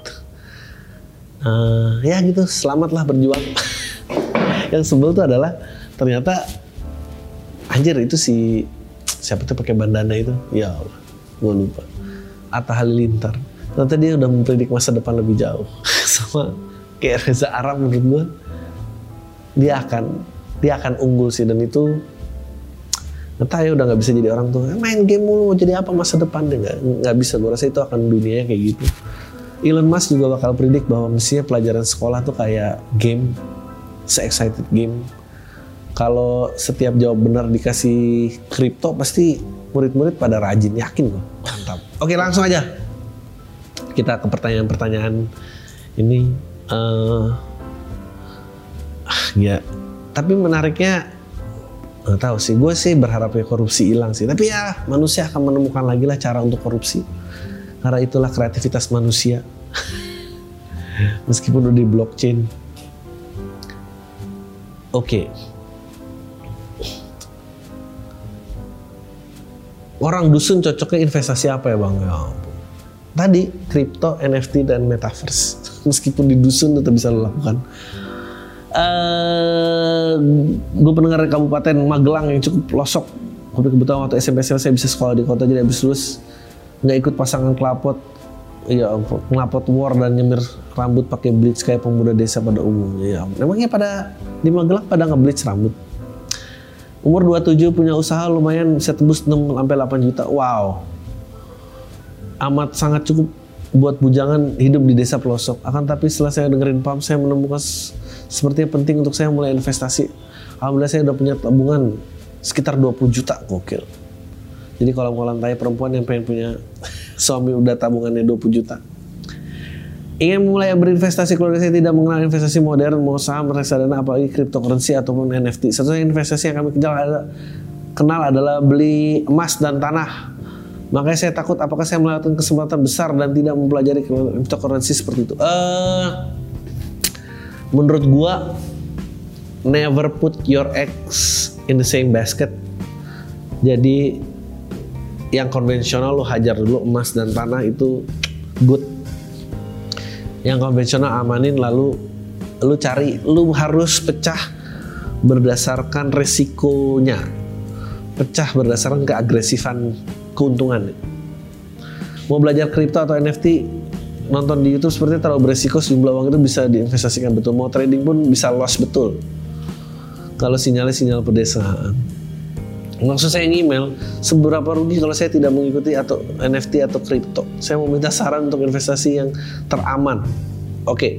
Speaker 2: ya gitu, selamatlah berjuang. Yang sebel tuh adalah ternyata anjir itu siapa tuh pakai bandana itu, ya Allah, gue lupa, Atta Halilintar. Ternyata dia udah mempredik masa depan lebih jauh. Sama kayak Reza Arab, menurut gue dia akan unggul sih, dan itu entah ya udah nggak bisa jadi orang tuh main game mulu, mau jadi apa masa depan deh, nggak bisa. Gue rasa itu akan dunianya kayak gitu. Elon Musk juga bakal predik bahwa mestinya pelajaran sekolah tuh kayak game, se-excited game. Kalau setiap jawab benar dikasih kripto, pasti murid-murid pada rajin, yakin gue. Mantap. Oke, langsung aja kita ke pertanyaan-pertanyaan ini. Ya, tapi menariknya nggak tahu sih, gue sih berharapnya korupsi hilang sih. Tapi ya manusia akan menemukan lagi lah cara untuk korupsi. Karena itulah kreativitas manusia. Meskipun udah di blockchain. Oke. Orang dusun cocoknya investasi apa ya bang? Ya ampun. Tadi kripto, NFT dan metaverse. Meskipun di dusun tetap bisa lo lakukan. Gue pendengar dari Kabupaten Magelang yang cukup pelosok. Tapi kebetulan waktu SMP saya bisa sekolah di kota, jadi habis lulus nggak ikut pasangan kelapot. Ya ampun, ngelapot war dan nyemir rambut pakai bleach kayak pemuda desa pada umumnya. Ya ampun. Emangnya pada di Magelang pada nge-bleach rambut. Umur 27 punya usaha lumayan bisa tembus 6-8 juta. Wow. Amat sangat cukup buat bujangan hidup di desa pelosok. Akan tapi setelah saya dengerin Pam, saya menemukan sepertinya penting untuk saya mulai investasi. Alhamdulillah saya udah punya tabungan sekitar 20 juta, gokil. Jadi kalau mau lantai perempuan yang pengen punya suami udah tabungannya 20 juta. Ingin mulai berinvestasi, keluarga saya tidak mengenal investasi modern, mau saham, reksadana, apalagi cryptocurrency ataupun NFT. Satu-satunya investasi yang kami kenal adalah beli emas dan tanah. Makanya saya takut apakah saya melewatkan kesempatan besar dan tidak mempelajari cryptocurrency seperti itu. Menurut gua, never put your eggs in the same basket. Jadi yang konvensional lu hajar dulu, emas dan tanah itu good. Yang konvensional amanin, lalu lu harus pecah berdasarkan resikonya. Pecah berdasarkan keagresifan keuntungan. Mau belajar kripto atau NFT, nonton di YouTube sepertinya terlalu beresiko, sejumlah uang itu bisa diinvestasikan betul. Mau trading pun bisa loss betul. Kalau sinyalnya sinyal pedesaan. Maksud saya email, seberapa rugi kalau saya tidak mengikuti atau NFT atau kripto. Saya mau minta saran untuk investasi yang teraman. Oke.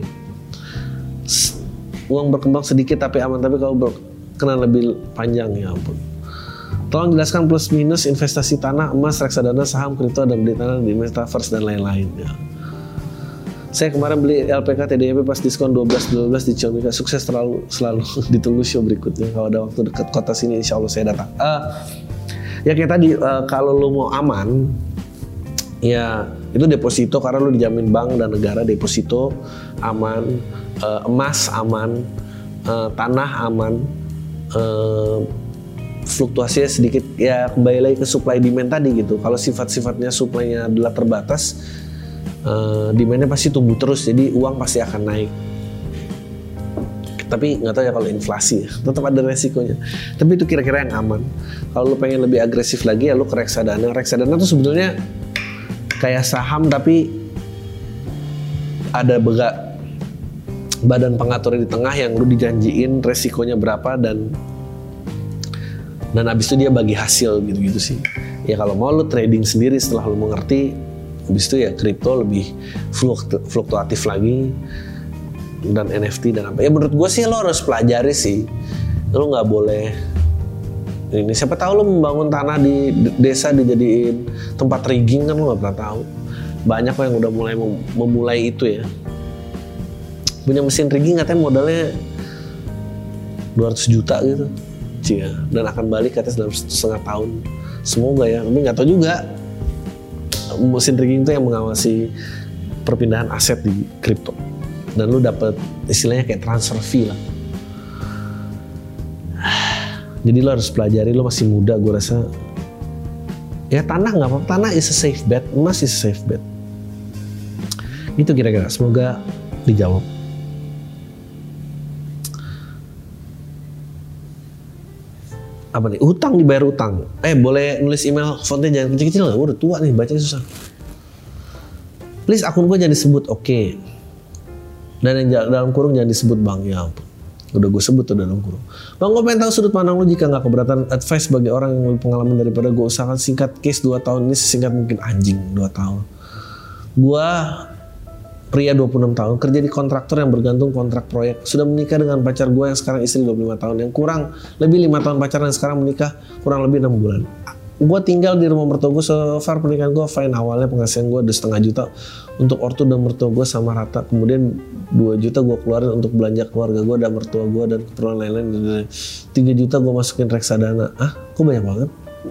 Speaker 2: Uang berkembang sedikit tapi aman, tapi kalau berkenan lebih panjang, ya ampun. Tolong jelaskan plus minus investasi tanah, emas, reksadana, saham, kripto, dan beli tanah di metaverse dan lain-lain. Ya. Saya kemarin beli LPK TDP pas diskon 12 di Ciamika. Sukses selalu ditunggu show berikutnya. Kalau ada waktu dekat kota sini, insya Allah saya datang. Ya kayak tadi, kalau lo mau aman, ya itu deposito karena lo dijamin bank dan negara. Deposito aman, emas aman, tanah aman, fluktuasinya sedikit. Ya kembali lagi ke supply demand tadi gitu. Kalau sifat-sifatnya supply-nya adalah terbatas, demand-nya pasti tumbuh terus, jadi uang pasti akan naik. Tapi nggak tahu ya kalau inflasi, tetap ada resikonya. Tapi itu kira-kira yang aman. Kalau lu pengen lebih agresif lagi, ya lu ke reksadana. Reksadana tuh sebenarnya kayak saham, tapi ada badan pengatur di tengah yang lu dijanjiin resikonya berapa, dan abis itu dia bagi hasil gitu-gitu sih. Ya kalau mau lu trading sendiri setelah lu mengerti. Habis itu ya kripto lebih fluktuatif lagi, dan NFT dan apa. Ya menurut gue sih lo harus pelajari sih. Lo nggak boleh ini. Siapa tahu lo membangun tanah di desa dijadiin tempat rigging kan, lo nggak pernah tahu. Banyak kok yang udah mulai memulai itu ya. Punya mesin rigging katanya modalnya 200 juta gitu. Cia, dan akan balik katanya dalam 1,5 tahun. Semoga ya, tapi nggak tahu juga. Mesin rigging itu yang mengawasi perpindahan aset di kripto. Dan lu dapat istilahnya kayak transfer fee lah. Jadi lo harus pelajari, lo masih muda, gue rasa. Ya tanah nggak apa-apa, tanah is a safe bet, emas is a safe bet. Gitu kira-kira, semoga dijawab. Apa nih? Hutang dibayar utang. Boleh nulis email fontnya jangan kecil-kecil nggak? Gue udah tua nih, bacanya susah. Please akun gue jangan disebut, oke. Dan yang dalam kurung jangan disebut bang, ya ampun. Udah gue sebut tuh dalam kurung. Bang, gue pengen tahu sudut pandang lu jika gak keberatan advice bagi orang yang lebih pengalaman daripada gue. Usahakan singkat case 2 tahun ini sesingkat mungkin. Anjing 2 tahun. Gue pria 26 tahun kerja di kontraktor yang bergantung kontrak proyek. Sudah menikah dengan pacar gue yang sekarang istri 25 tahun. Yang kurang lebih 5 tahun pacaran yang sekarang menikah kurang lebih 6 bulan. Gue tinggal di rumah mertua gue. So far pernikahan gue fine. Awalnya penghasilan gue 2,5 juta untuk ortu dan mertua gue sama rata. Kemudian 2 juta gue keluarin untuk belanja keluarga gue dan mertua gue dan keperluan lain-lain. 3 juta gue masukin reksadana. Kok banyak banget?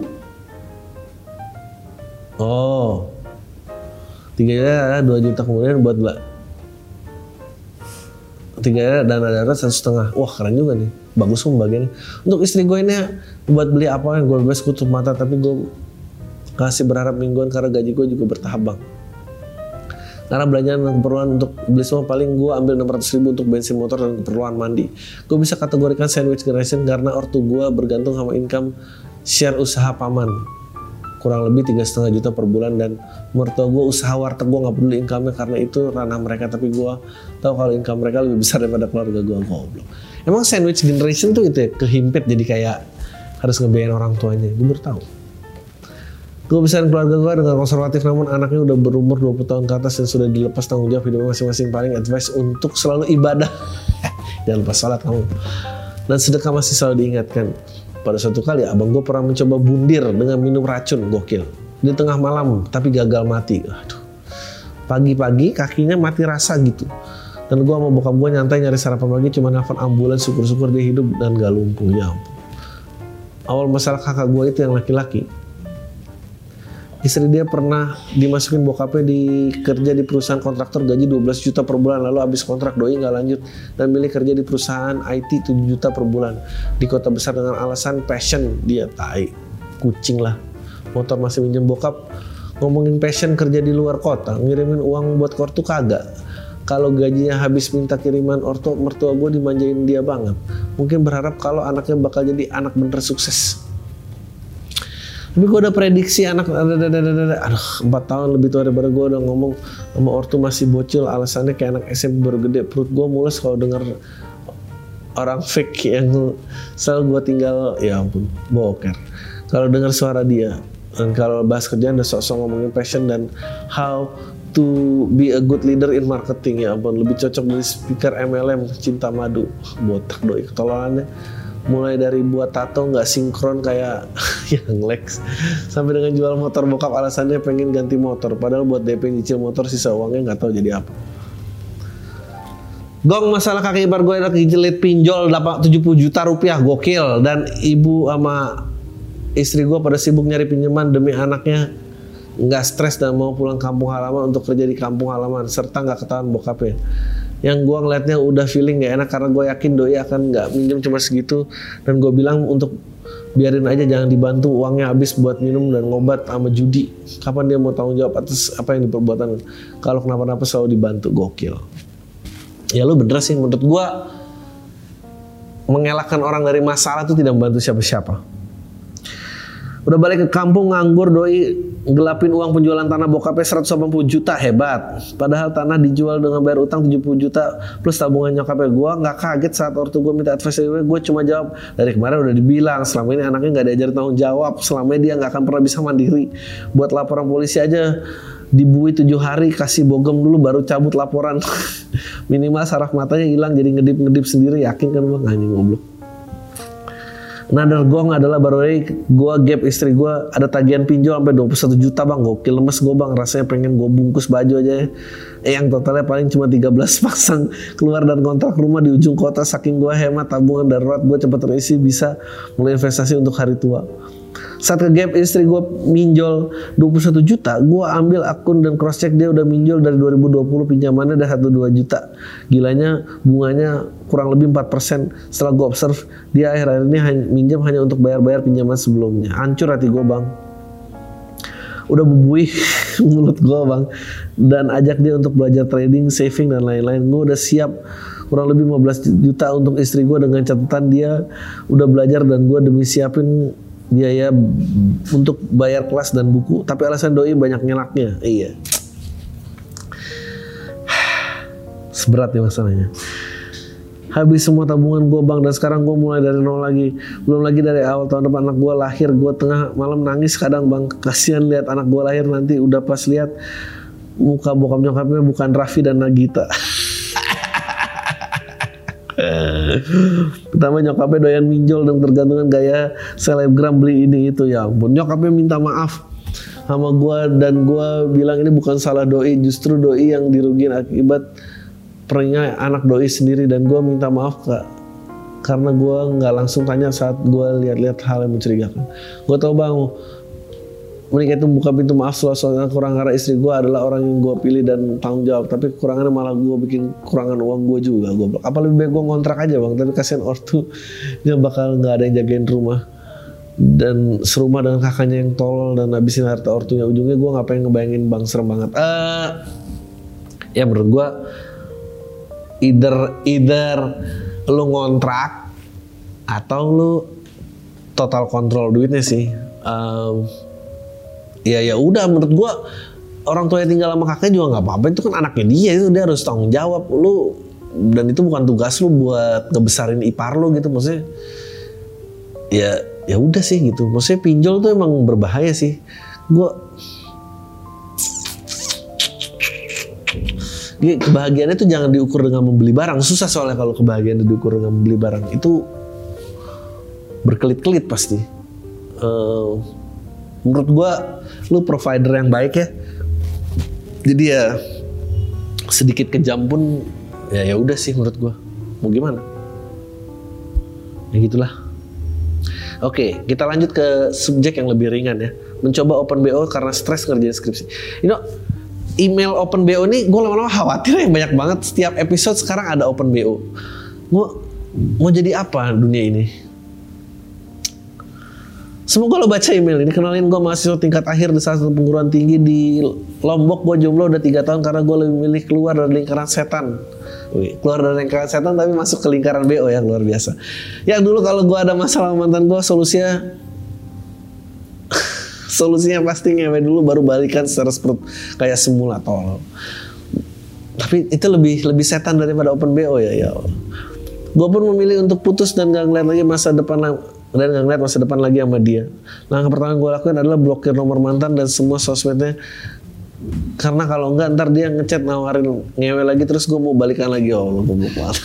Speaker 2: 3 juta, 2 juta kemudian buat 3 juta dana darurat 1,5. Wah keren juga nih. Bagus kok bagiannya. Untuk istri gue ini buat beli apa yang gue bebas kutup mata, tapi gue kasih berharap mingguan karena gaji gue juga bertahap bang. Karena belanjaan dan keperluan untuk beli semua paling gue ambil 600 ribu untuk bensin motor dan keperluan mandi. Gue bisa kategorikan sandwich generation karena ortu gue bergantung sama income share usaha paman. Kurang lebih 3,5 juta per bulan dan mertua gue usaha warteg. Gue gak peduli income-nya karena itu ranah mereka, tapi gue tahu kalau income mereka lebih besar daripada keluarga gue. Goblok. Emang sandwich generation tuh itu ya, kehimpit jadi kayak harus ngebiayain orang tuanya. Gue baru tahu. Gue besarin keluarga gue dengan konservatif, namun anaknya udah berumur 20 tahun ke atas dan sudah dilepas tanggung jawab hidupnya masing-masing. Paling advice untuk selalu ibadah. Jangan lupa sholat kamu. Dan sedekah masih selalu diingatkan. Pada suatu kali abang gue pernah mencoba bundir dengan minum racun, gokil. Di tengah malam, tapi gagal mati. Aduh. Pagi-pagi kakinya mati rasa gitu. Dan gue sama bokap gue nyantai nyari sarapan pagi, cuma nelfon ambulans, syukur-syukur dia hidup dan gak lumpuh. Ya ampun. Awal masalah kakak gue itu yang laki-laki. Istri dia pernah dimasukin bokapnya kerja di perusahaan kontraktor gaji 12 juta per bulan. Lalu habis kontrak doi gak lanjut dan milih kerja di perusahaan IT 7 juta per bulan. Di kota besar dengan alasan passion dia. Tai, kucing lah. Motor masih minjem bokap. Ngomongin passion kerja di luar kota. Ngirimin uang buat ortu kagak. Kalau gajinya habis minta kiriman ortu, mertua gue dimanjain dia banget. Mungkin berharap kalau anaknya bakal jadi anak bener sukses. Tapi gue udah prediksi anak 4 tahun lebih tua daripada gue, udah ngomong sama ortu masih bocil, alasannya kayak anak SMP baru gede. Perut gue mules kalau denger orang fake yang selalu gue tinggal, ya ampun, boker. Kalau denger suara dia, dan kalau bahas kerjaan udah sok-sok ngomongin passion dan how to be a good leader in marketing, ya ampun, lebih cocok dari speaker MLM Cinta Madu. Botak doi ketololannya. Mulai dari buat tato nggak sinkron kayak yang Lex, sampai dengan jual motor bokap alasannya pengen ganti motor, padahal buat DP nyicil motor sisa uangnya nggak tahu jadi apa. Gong, masalah kakek ipar gue ada kejelit pinjol 70 juta rupiah, gokil. Dan ibu sama istri gue pada sibuk nyari pinjaman demi anaknya nggak stres dan mau pulang kampung halaman untuk kerja di kampung halaman, serta nggak ketahuan bokapnya. Yang gue ngeliatnya udah feeling gak enak karena gue yakin doi akan gak minjem cuma segitu. Dan gue bilang untuk biarin aja, jangan dibantu, uangnya habis buat minum dan ngobat sama judi. Kapan dia mau tanggung jawab atas apa yang diperbuatan? Kalau kenapa-napa selalu dibantu, gokil. Ya lu bener sih, menurut gue mengelakkan orang dari masalah itu tidak membantu siapa-siapa. Udah balik ke kampung nganggur, doi gelapin uang penjualan tanah bokapnya 180 juta, hebat. Padahal tanah dijual dengan bayar utang 70 juta plus tabungan nyokapnya. Gue gak kaget saat ortu gue minta advice dari gue cuma jawab, dari kemarin udah dibilang selama ini anaknya gak diajar tanggung jawab, selama ini dia gak akan pernah bisa mandiri. Buat laporan polisi aja dibui 7 hari, kasih bogem dulu baru cabut laporan. Minimal saraf matanya hilang jadi ngedip-ngedip sendiri, yakin kan bang? Anjing goblok. Another gong adalah baru ini gue gap istri gue ada tagihan pinjol sampai 21 juta bang, gokil lemes gue bang, rasanya pengen gue bungkus baju aja ya. Yang totalnya paling cuma 13 pasang keluar dan kontrak rumah di ujung kota, saking gue hemat tabungan darurat gue cepat terisi bisa mulai investasi untuk hari tua. Saat ke gap istri gue minjol 21 juta, gue ambil akun dan cross check dia udah minjol dari 2020 pinjamannya udah 1-2 juta. Gilanya bunganya kurang lebih 4%. Setelah gue observe dia akhir-akhir ini minjam hanya untuk bayar-bayar pinjaman sebelumnya. Hancur hati gue bang. Udah bubuih mulut gue bang. Dan ajak dia untuk belajar trading, saving dan lain-lain. Gue udah siap kurang lebih 15 juta untuk istri gue dengan catatan dia udah belajar dan gue demi siapin biaya untuk bayar kelas dan buku, tapi alasan doi banyak nyelaknya. Iya, seberat ya masalahnya. Habis semua tabungan gue bang, dan sekarang gue mulai dari nol lagi. Belum lagi dari awal tahun depan anak gue lahir, gue tengah malam nangis kadang bang. Kasihan lihat anak gue lahir nanti, udah pas lihat muka bokap nyokapnya bukan Raffi dan Nagita. Pertama nyokapnya doyan minjol dan tergantungan gaya selebgram beli ini itu, ya ampun. Nyokapnya minta maaf sama gue dan gue bilang ini bukan salah doi, justru doi yang dirugiin akibat pernya anak doi sendiri, dan gue minta maaf kak karena gue nggak langsung tanya saat gue lihat-lihat hal yang mencurigakan. Gue tau bang, menikah itu buka pintu maaf soalnya kurang, karena istri gue adalah orang yang gue pilih dan tanggung jawab, tapi kekurangannya malah gue bikin kurangan uang gue juga. Gue apa lebih baik gue ngontrak aja bang, tapi kasihan ortunya bakal nggak ada yang jagain rumah dan serumah dengan kakaknya yang tolol dan habisin harta ortunya. Ujungnya gue nggak pengen ngebayangin bang, serem banget. Ya menurut gue either lu ngontrak atau lu total kontrol duitnya sih. Ya udah, menurut gua orang tuanya tinggal sama kakeknya juga nggak apa-apa, itu kan anaknya dia, itu dia harus tanggung jawab lu, dan itu bukan tugas lu buat ngebesarin ipar lu gitu. Maksudnya ya udah sih gitu. Maksudnya pinjol tuh emang berbahaya sih. Kebahagiaannya tuh jangan diukur dengan membeli barang, susah soalnya kalau kebahagiaan diukur dengan membeli barang itu berkelit-kelit pasti. Menurut gue lu provider yang baik ya, jadi ya sedikit kejam pun ya udah sih menurut gue, mau gimana ya gitulah. Oke, kita lanjut ke subjek yang lebih ringan ya, mencoba open BO karena stres ngerjain skripsi. Email open BO ini gue lama-lama khawatir ya, banyak banget setiap episode sekarang ada open BO. Mau jadi apa dunia ini? Semoga lo baca email ini. Kenalin, gue mahasiswa tingkat akhir di salah satu perguruan tinggi di Lombok. Gue jomblo udah 3 tahun karena gue lebih milih keluar dari lingkaran setan. Keluar dari lingkaran setan tapi masuk ke lingkaran BO yang luar biasa. Ya dulu kalau gue ada masalah sama mantan gue, solusinya pasti ngewe dulu baru balikan secara seperti kayak semula, tol. Tapi itu lebih setan daripada open BO ya. Gue pun memilih untuk putus dan gak ngeliat lagi masa depan lagi sama dia. Langkah pertama gue lakuin adalah blokir nomor mantan dan semua sosmednya, karena kalau enggak ntar dia ngechat nawarin ngewe lagi terus gue mau balikan lagi. Oh lo goblok banget.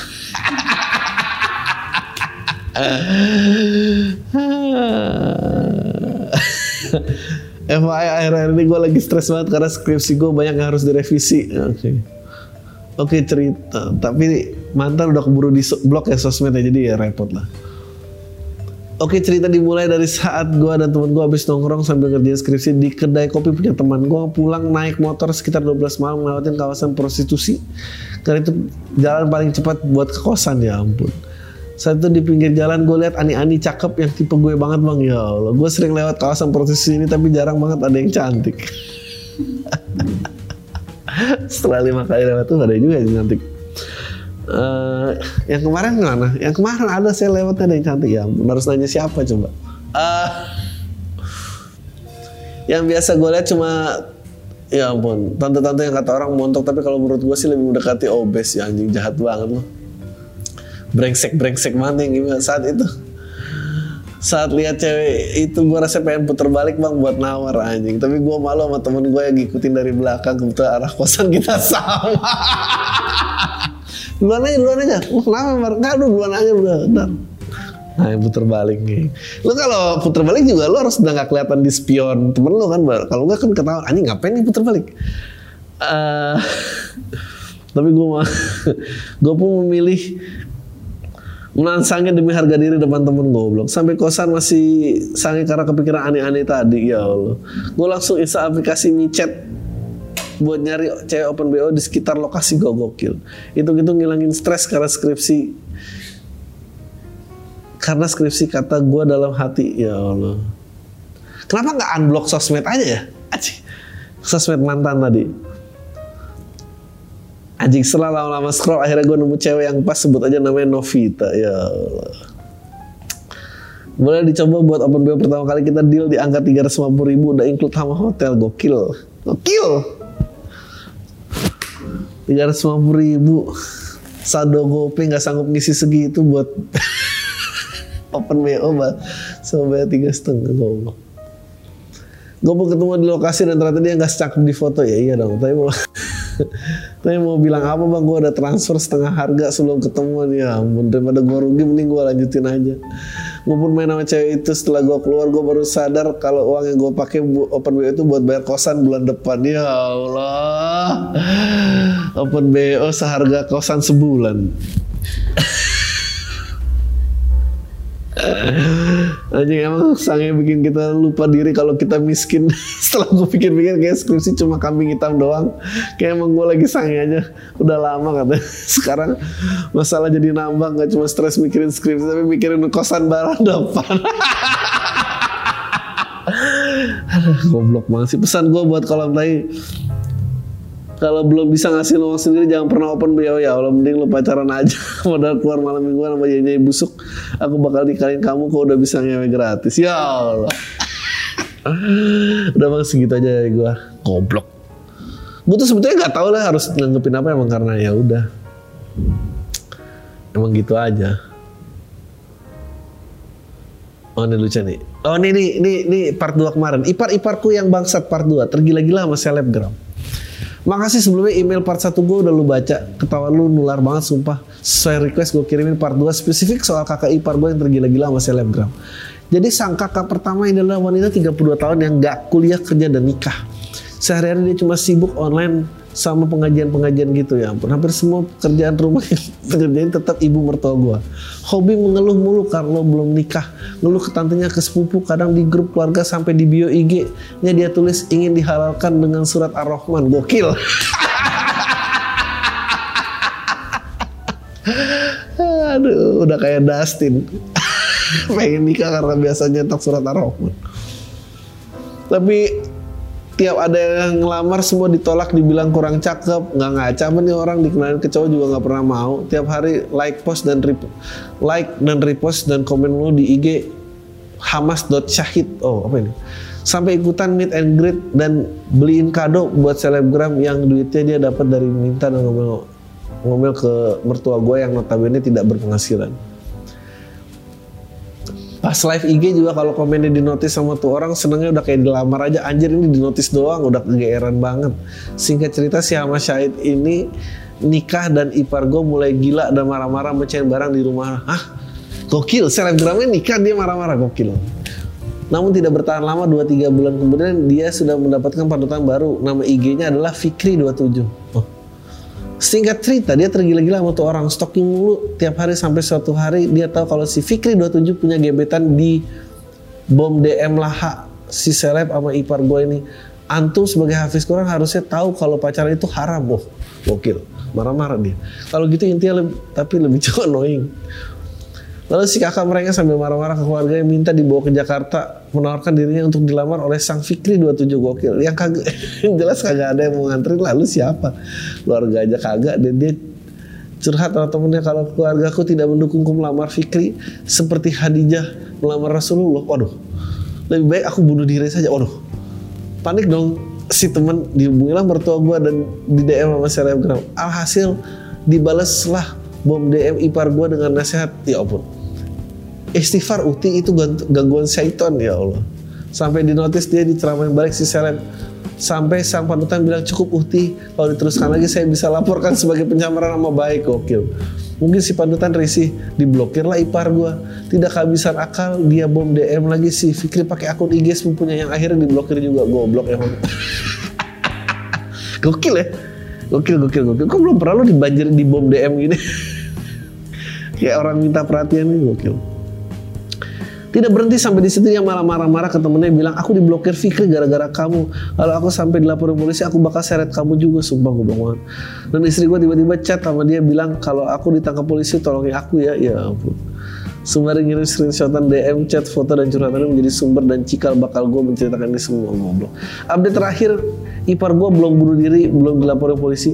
Speaker 2: FYI akhir-akhir ini gue lagi stres banget karena skripsi gue banyak yang harus direvisi. Oke, cerita. Tapi mantan udah keburu di blok ya sosmednya, jadi ya repot lah. Oke, cerita dimulai dari saat gue dan temen gue habis nongkrong sambil ngerjain skripsi di kedai kopi punya teman. Gue pulang naik motor sekitar 12 malam ngelewatin kawasan prostitusi, karena itu jalan paling cepat buat ke kosan, ya ampun. Saat itu di pinggir jalan gue lihat ani-ani cakep yang tipe gue banget bang. Ya Allah, gue sering lewat kawasan prostitusi ini tapi jarang banget ada yang cantik. Setelah 5 kali lewat tuh ada juga yang cantik. Yang kemarin gimana? Yang kemarin ada saya lewatnya ada yang cantik, ya harus nanya siapa coba. Yang biasa gue lihat cuma, ya ampun, tante-tante yang kata orang montok, tapi kalau menurut gue sih lebih mendekati obes ya, anjing jahat banget loh. Brengsek banget yang gimana saat itu. Saat lihat cewek itu gue rasa pengen puter balik bang buat nawar anjing, tapi gue malu sama temen gue yang ngikutin dari belakang, kebetulan arah kosan kita sama. Duluan aja. Kenapa? Enggak, duluan aja udah. Nah, yang puter balik nih. Lu kalau puter balik juga lu harus udah gak kelihatan di spion temen lu kan. Kalau enggak kan ketahuan, anjing ngapain nih puter balik. Tapi gue pun memilih menahan sange demi harga diri depan temen goblok. Sampai kosan masih sange karena kepikiran aneh-aneh tadi. Ya Allah. Gue langsung install aplikasi micet buat nyari cewek open BO di sekitar lokasi gue, gokil. Itu ngilangin stres karena skripsi. Karena skripsi kata gue dalam hati, ya Allah. Kenapa nggak unblock sosmed aja ya? Anjing. Sosmed mantan tadi. Anjing, setelah lama-lama scroll akhirnya gue nemu cewek yang pas, sebut aja namanya Novita. Ya Allah. Boleh dicoba buat open BO pertama kali, kita deal di angka 350.000 udah include sama hotel, gokil. 350.000 saldo GoPay nggak sanggup ngisi segitu buat open BO sama bayar 3,5 goblok. Gue mau ketemu di lokasi dan ternyata dia nggak secakep di foto. Ya iya dong, tapi mau bilang apa bang, gue ada transfer setengah harga sebelum ketemuan. Ya ampun, daripada gue rugi mending gue lanjutin aja. Gue pun main sama cewek itu, setelah gue keluar gue baru sadar kalau uang yang gue pakai open BO itu buat bayar kosan bulan depan. Ya Allah, open BO seharga kosan sebulan. Anjing, emang sange bikin kita lupa diri kalau kita miskin. Setelah gue pikir-pikir kayak skripsi cuma kambing hitam doang. Kayak emang gue lagi sange aja udah lama katanya. Sekarang masalah jadi nambah, gak cuma stres mikirin skripsi tapi mikirin kosan barang depan. Aduh, goblok banget sih. Pesan gue buat kolam tai, kalau belum bisa ngasih uang sendiri jangan pernah open BO. Ya Allah, mending lu pacaran aja. Modal keluar malam mingguan sama nyai busuk, aku bakal nikahin kamu kalau udah bisa ngewe gratis. Ya Allah. Udah bang, segitu aja dari gue. Goblok. Gue tuh sebetulnya nggak tahu lah harus nanggepin apa, emang karena ya udah. Emang gitu aja. Oh ini lucu nih. Oh ini part 2 kemarin. Ipar-iparku yang bangsat part 2. Tergila-gila sama selebgram. Makasih sebelumnya, email part 1 gue udah lu baca. Ketawa lu nular banget sumpah. Sesuai request gue kirimin part 2 spesifik soal kakak ipar gue yang tergila-gila sama selebgram. Jadi sang kakak pertama ini adalah wanita 32 tahun yang gak kuliah, kerja dan nikah. Sehari-hari dia cuma sibuk online sama pengajian-pengajian gitu. Ya ampun, hampir semua pekerjaan rumah yang terkerjain tetap ibu mertua gue. Hobi mengeluh mulu karena belum nikah. Ngeluh ke tantenya, ke sepupu, kadang di grup keluarga, sampai di bio IG-nya dia tulis ingin dihalalkan dengan surat Ar-Rahman. Gokil. Aduh, udah kayak Dustin. Pengen nikah karena biasanya nyetak surat Ar-Rahman. Tapi tiap ada yang ngelamar semua ditolak, dibilang kurang cakep, nggak ngaca. Nih orang dikenalin ke cowok juga nggak pernah mau. Tiap hari like dan repost dan komen mulu di IG hamas.syahid. Oh apa ini? Sampai ikutan meet and greet dan beliin kado buat selebgram yang duitnya dia dapat dari minta dan ngomel ke mertua gue yang notabene tidak berpenghasilan. Pas live IG juga kalau komennya di notice sama tuh orang, senengnya udah kayak dilamar aja. Anjir, ini di notice doang udah kegeeran banget. Singkat cerita, si Hamas Syahid ini nikah dan ipar gue mulai gila dan marah-marah mecahin barang di rumah. Hah? Gokil, selebgramnya nikah dia marah-marah, gokil. Namun tidak bertahan lama, 2-3 bulan kemudian dia sudah mendapatkan panutan baru. Nama IG-nya adalah Fikri27. Oh. Singkat cerita, dia tergila-gila sama tuh orang, stalking mulu tiap hari sampai suatu hari dia tahu kalau si Fikri27 punya gebetan di bom DM lah si seleb sama ipar gue ini. Antum sebagai hafiz Quran harusnya tahu kalau pacaran itu haram. Oh, gokil. Marah-marah dia. Kalau gitu intinya tapi lebih jauh annoying. Lalu si kakak mereka sambil marah-marah ke keluarganya minta dibawa ke Jakarta, menawarkan dirinya untuk dilamar oleh sang Fikri27. Gokil. Yang kagak, jelas kagak ada yang mau nganterin, lalu siapa? Keluarga aja kagak. Dan dia curhat sama temennya, kalau keluargaku tidak mendukungku melamar Fikri seperti Khadijah melamar Rasulullah. Waduh, lebih baik aku bunuh diri saja. Waduh, panik dong si temen, dihubungilah mertua gue dan di DM sama selebgram. Alhasil dibalaslah bom DM ipar gue dengan nasihat, ya ampun, istighfar Uti itu gangguan syaitan. Ya Allah, sampai di notice dia diceramain balik si seleb. Sampai sang panutan bilang, cukup Uti, kalau diteruskan lagi saya bisa laporkan sebagai pencemaran nama baik. Gokil. Mungkin si panutan risih, diblokirlah ipar gue. Tidak kehabisan akal, dia bom DM lagi si Fikri pakai akun IG sepupunya yang akhirnya diblokir juga. Goblok emang. Gokil ya. Gokil. Kok belum pernah lu dibanjir di bom DM gini? Kayak orang minta perhatian nih, gokil. Tidak berhenti sampai di situ, dia malah marah-marah ke temennya, bilang aku diblokir Fikri gara-gara kamu. Kalau aku sampai dilaporin polisi, aku bakal seret kamu juga, sumpah gue banget. Dan istri gue tiba-tiba chat sama dia bilang kalau aku ditangkap polisi tolongin aku ya. Ya ampun. Sembari ngirim screenshotan DM, chat, foto dan curhatannya menjadi sumber dan cikal bakal gue menceritakan ini semua. Goblok. Update terakhir, ipar gue belum bunuh diri, belum dilaporin polisi.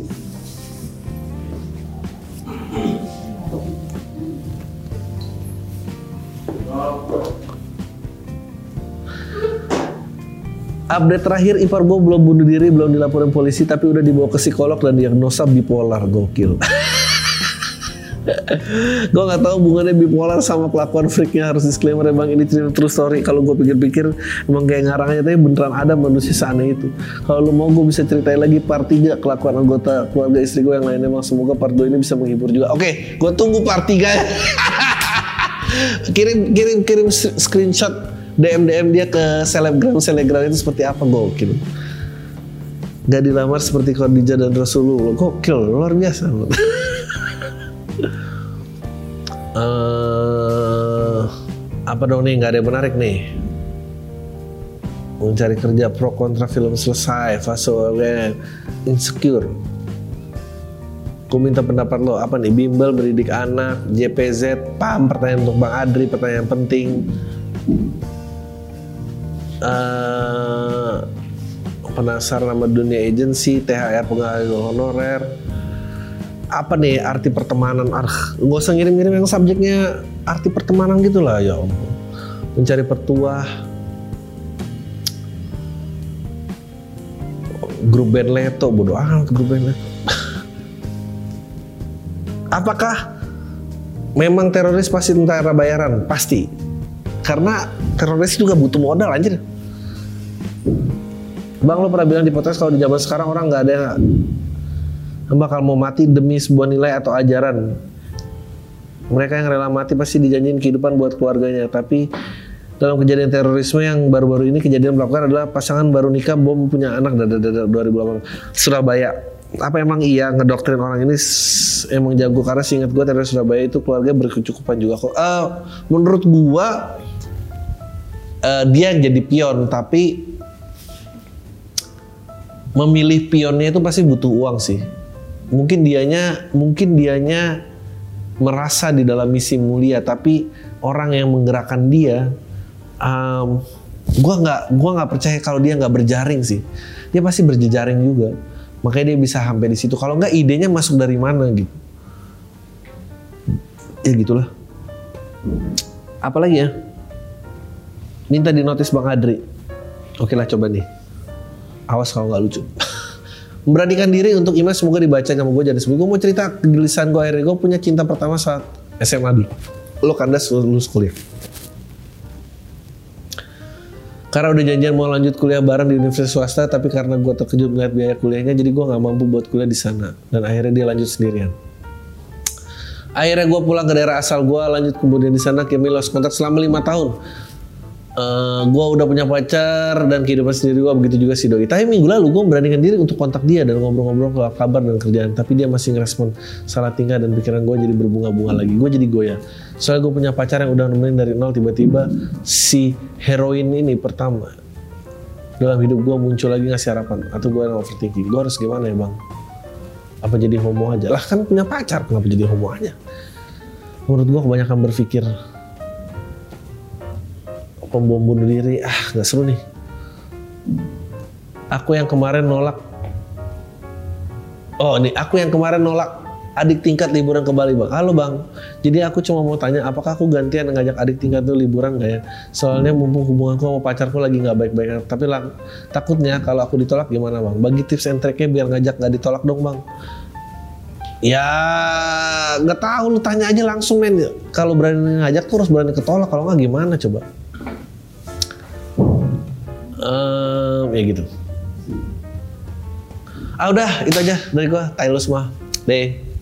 Speaker 2: Update terakhir, ipar gue belum bunuh diri, belum dilaporin polisi, tapi udah dibawa ke psikolog dan diagnosa bipolar. Gokil. Gue nggak tahu hubungannya bipolar sama kelakuan freaknya. Harus disclaimer emang ini true story. Kalau gue pikir-pikir emang kayak ngarang aja, tapi beneran ada manusia seaneh itu. Kalau lu mau gue bisa ceritain lagi part 3 kelakuan anggota keluarga istri gue yang lainnya. Emang semoga part 2 ini bisa menghibur juga. Oke, gue tunggu part 3. kirim screenshot DM dia ke selebgram itu seperti apa. Gokil. Gak dilamar seperti Khadijah dan Rasulullah. Gokil, luar biasa. Apa dong nih, gak ada yang menarik nih. Mencari kerja, pro kontra film selesai, fase insecure. Aku minta pendapat lo, apa nih? Bimbel, mendidik anak, JPZ, PAM, pertanyaan untuk Bang Adri, pertanyaan penting. Penasaran sama dunia agency, THR penghargaan honorer. Apa nih arti pertemanan? Gak usah ngirim-ngirim yang subjeknya arti pertemanan gitu lah, ya ampun. Mencari pertuah, grup band Leto, bodoh amat grup band Leto. Apakah memang teroris pasti tentara bayaran? Pasti. Karena teroris juga butuh modal anjir. Bang, lo pernah bilang di podcast kalau di zaman sekarang orang nggak ada yang bakal mau mati demi sebuah nilai atau ajaran. Mereka yang rela mati pasti dijanjiin kehidupan buat keluarganya. Tapi dalam kejadian terorisme yang baru-baru ini kejadian melakukan adalah pasangan baru nikah bom punya anak 2008 Surabaya. Apa emang iya ngedoktrin orang ini emang jago? Karena seingat gue teroris Surabaya itu keluarga berkecukupan juga kok. Menurut gue dia jadi pion, tapi memilih pionnya itu pasti butuh uang sih. Mungkin dianya merasa di dalam misi mulia, tapi orang yang menggerakkan dia, gua nggak percaya kalau dia nggak berjaring sih. Dia pasti berjejaring juga, makanya dia bisa sampai di situ. Kalau nggak, idenya masuk dari mana gitu? Ya gitulah. Apalagi ya? Minta di notis Bang Adri. Oke lah, coba nih. Awas kalau nggak lucu. Memberanikan diri untuk email, semoga dibaca sama gue. Jadi sebelum gue mau cerita kegelisahan gue, akhirnya gue punya cinta pertama saat SMA dulu. Lo kandas lulus kuliah. Karena udah janjian mau lanjut kuliah bareng di universitas swasta, tapi karena gue terkejut melihat biaya kuliahnya, jadi gue nggak mampu buat kuliah di sana. Dan akhirnya dia lanjut sendirian. Akhirnya gue pulang ke daerah asal gue, lanjut kemudian di sana kami lost kontak selama 5 tahun. Gue udah punya pacar dan kehidupan sendiri gue, begitu juga si Doi. Tapi minggu lalu gue beranikan diri untuk kontak dia dan ngobrol-ngobrol kabar dan kerjaan, tapi dia masih ngerespon salah tingkah dan pikiran gue jadi berbunga-bunga lagi. Gue jadi goyah. Soalnya gue punya pacar yang udah nemenin dari nol, tiba-tiba si heroin ini pertama dalam hidup gue muncul lagi ngasih harapan. Atau gue yang overthinking, gue harus gimana ya bang? Apa jadi homo aja? Lah kan punya pacar, kenapa jadi homo aja? Menurut gue kebanyakan berpikir pembom bunuh diri, gak seru nih. Aku yang kemarin nolak adik tingkat liburan ke Bali bang. Halo bang, jadi aku cuma mau tanya, apakah aku gantian ngajak adik tingkat tuh liburan gak ya? Soalnya mumpung hubunganku sama pacarku lagi gak baik-baik, tapi takutnya kalau aku ditolak gimana bang? Bagi tips and triknya biar ngajak gak ditolak dong bang. Ya gak tahu, lu tanya aja langsung men. Kalau berani ngajak tuh harus berani ketolak, kalau gak gimana coba? Ya gitu. Udah itu aja dari gua. Tai lu semua. Deh.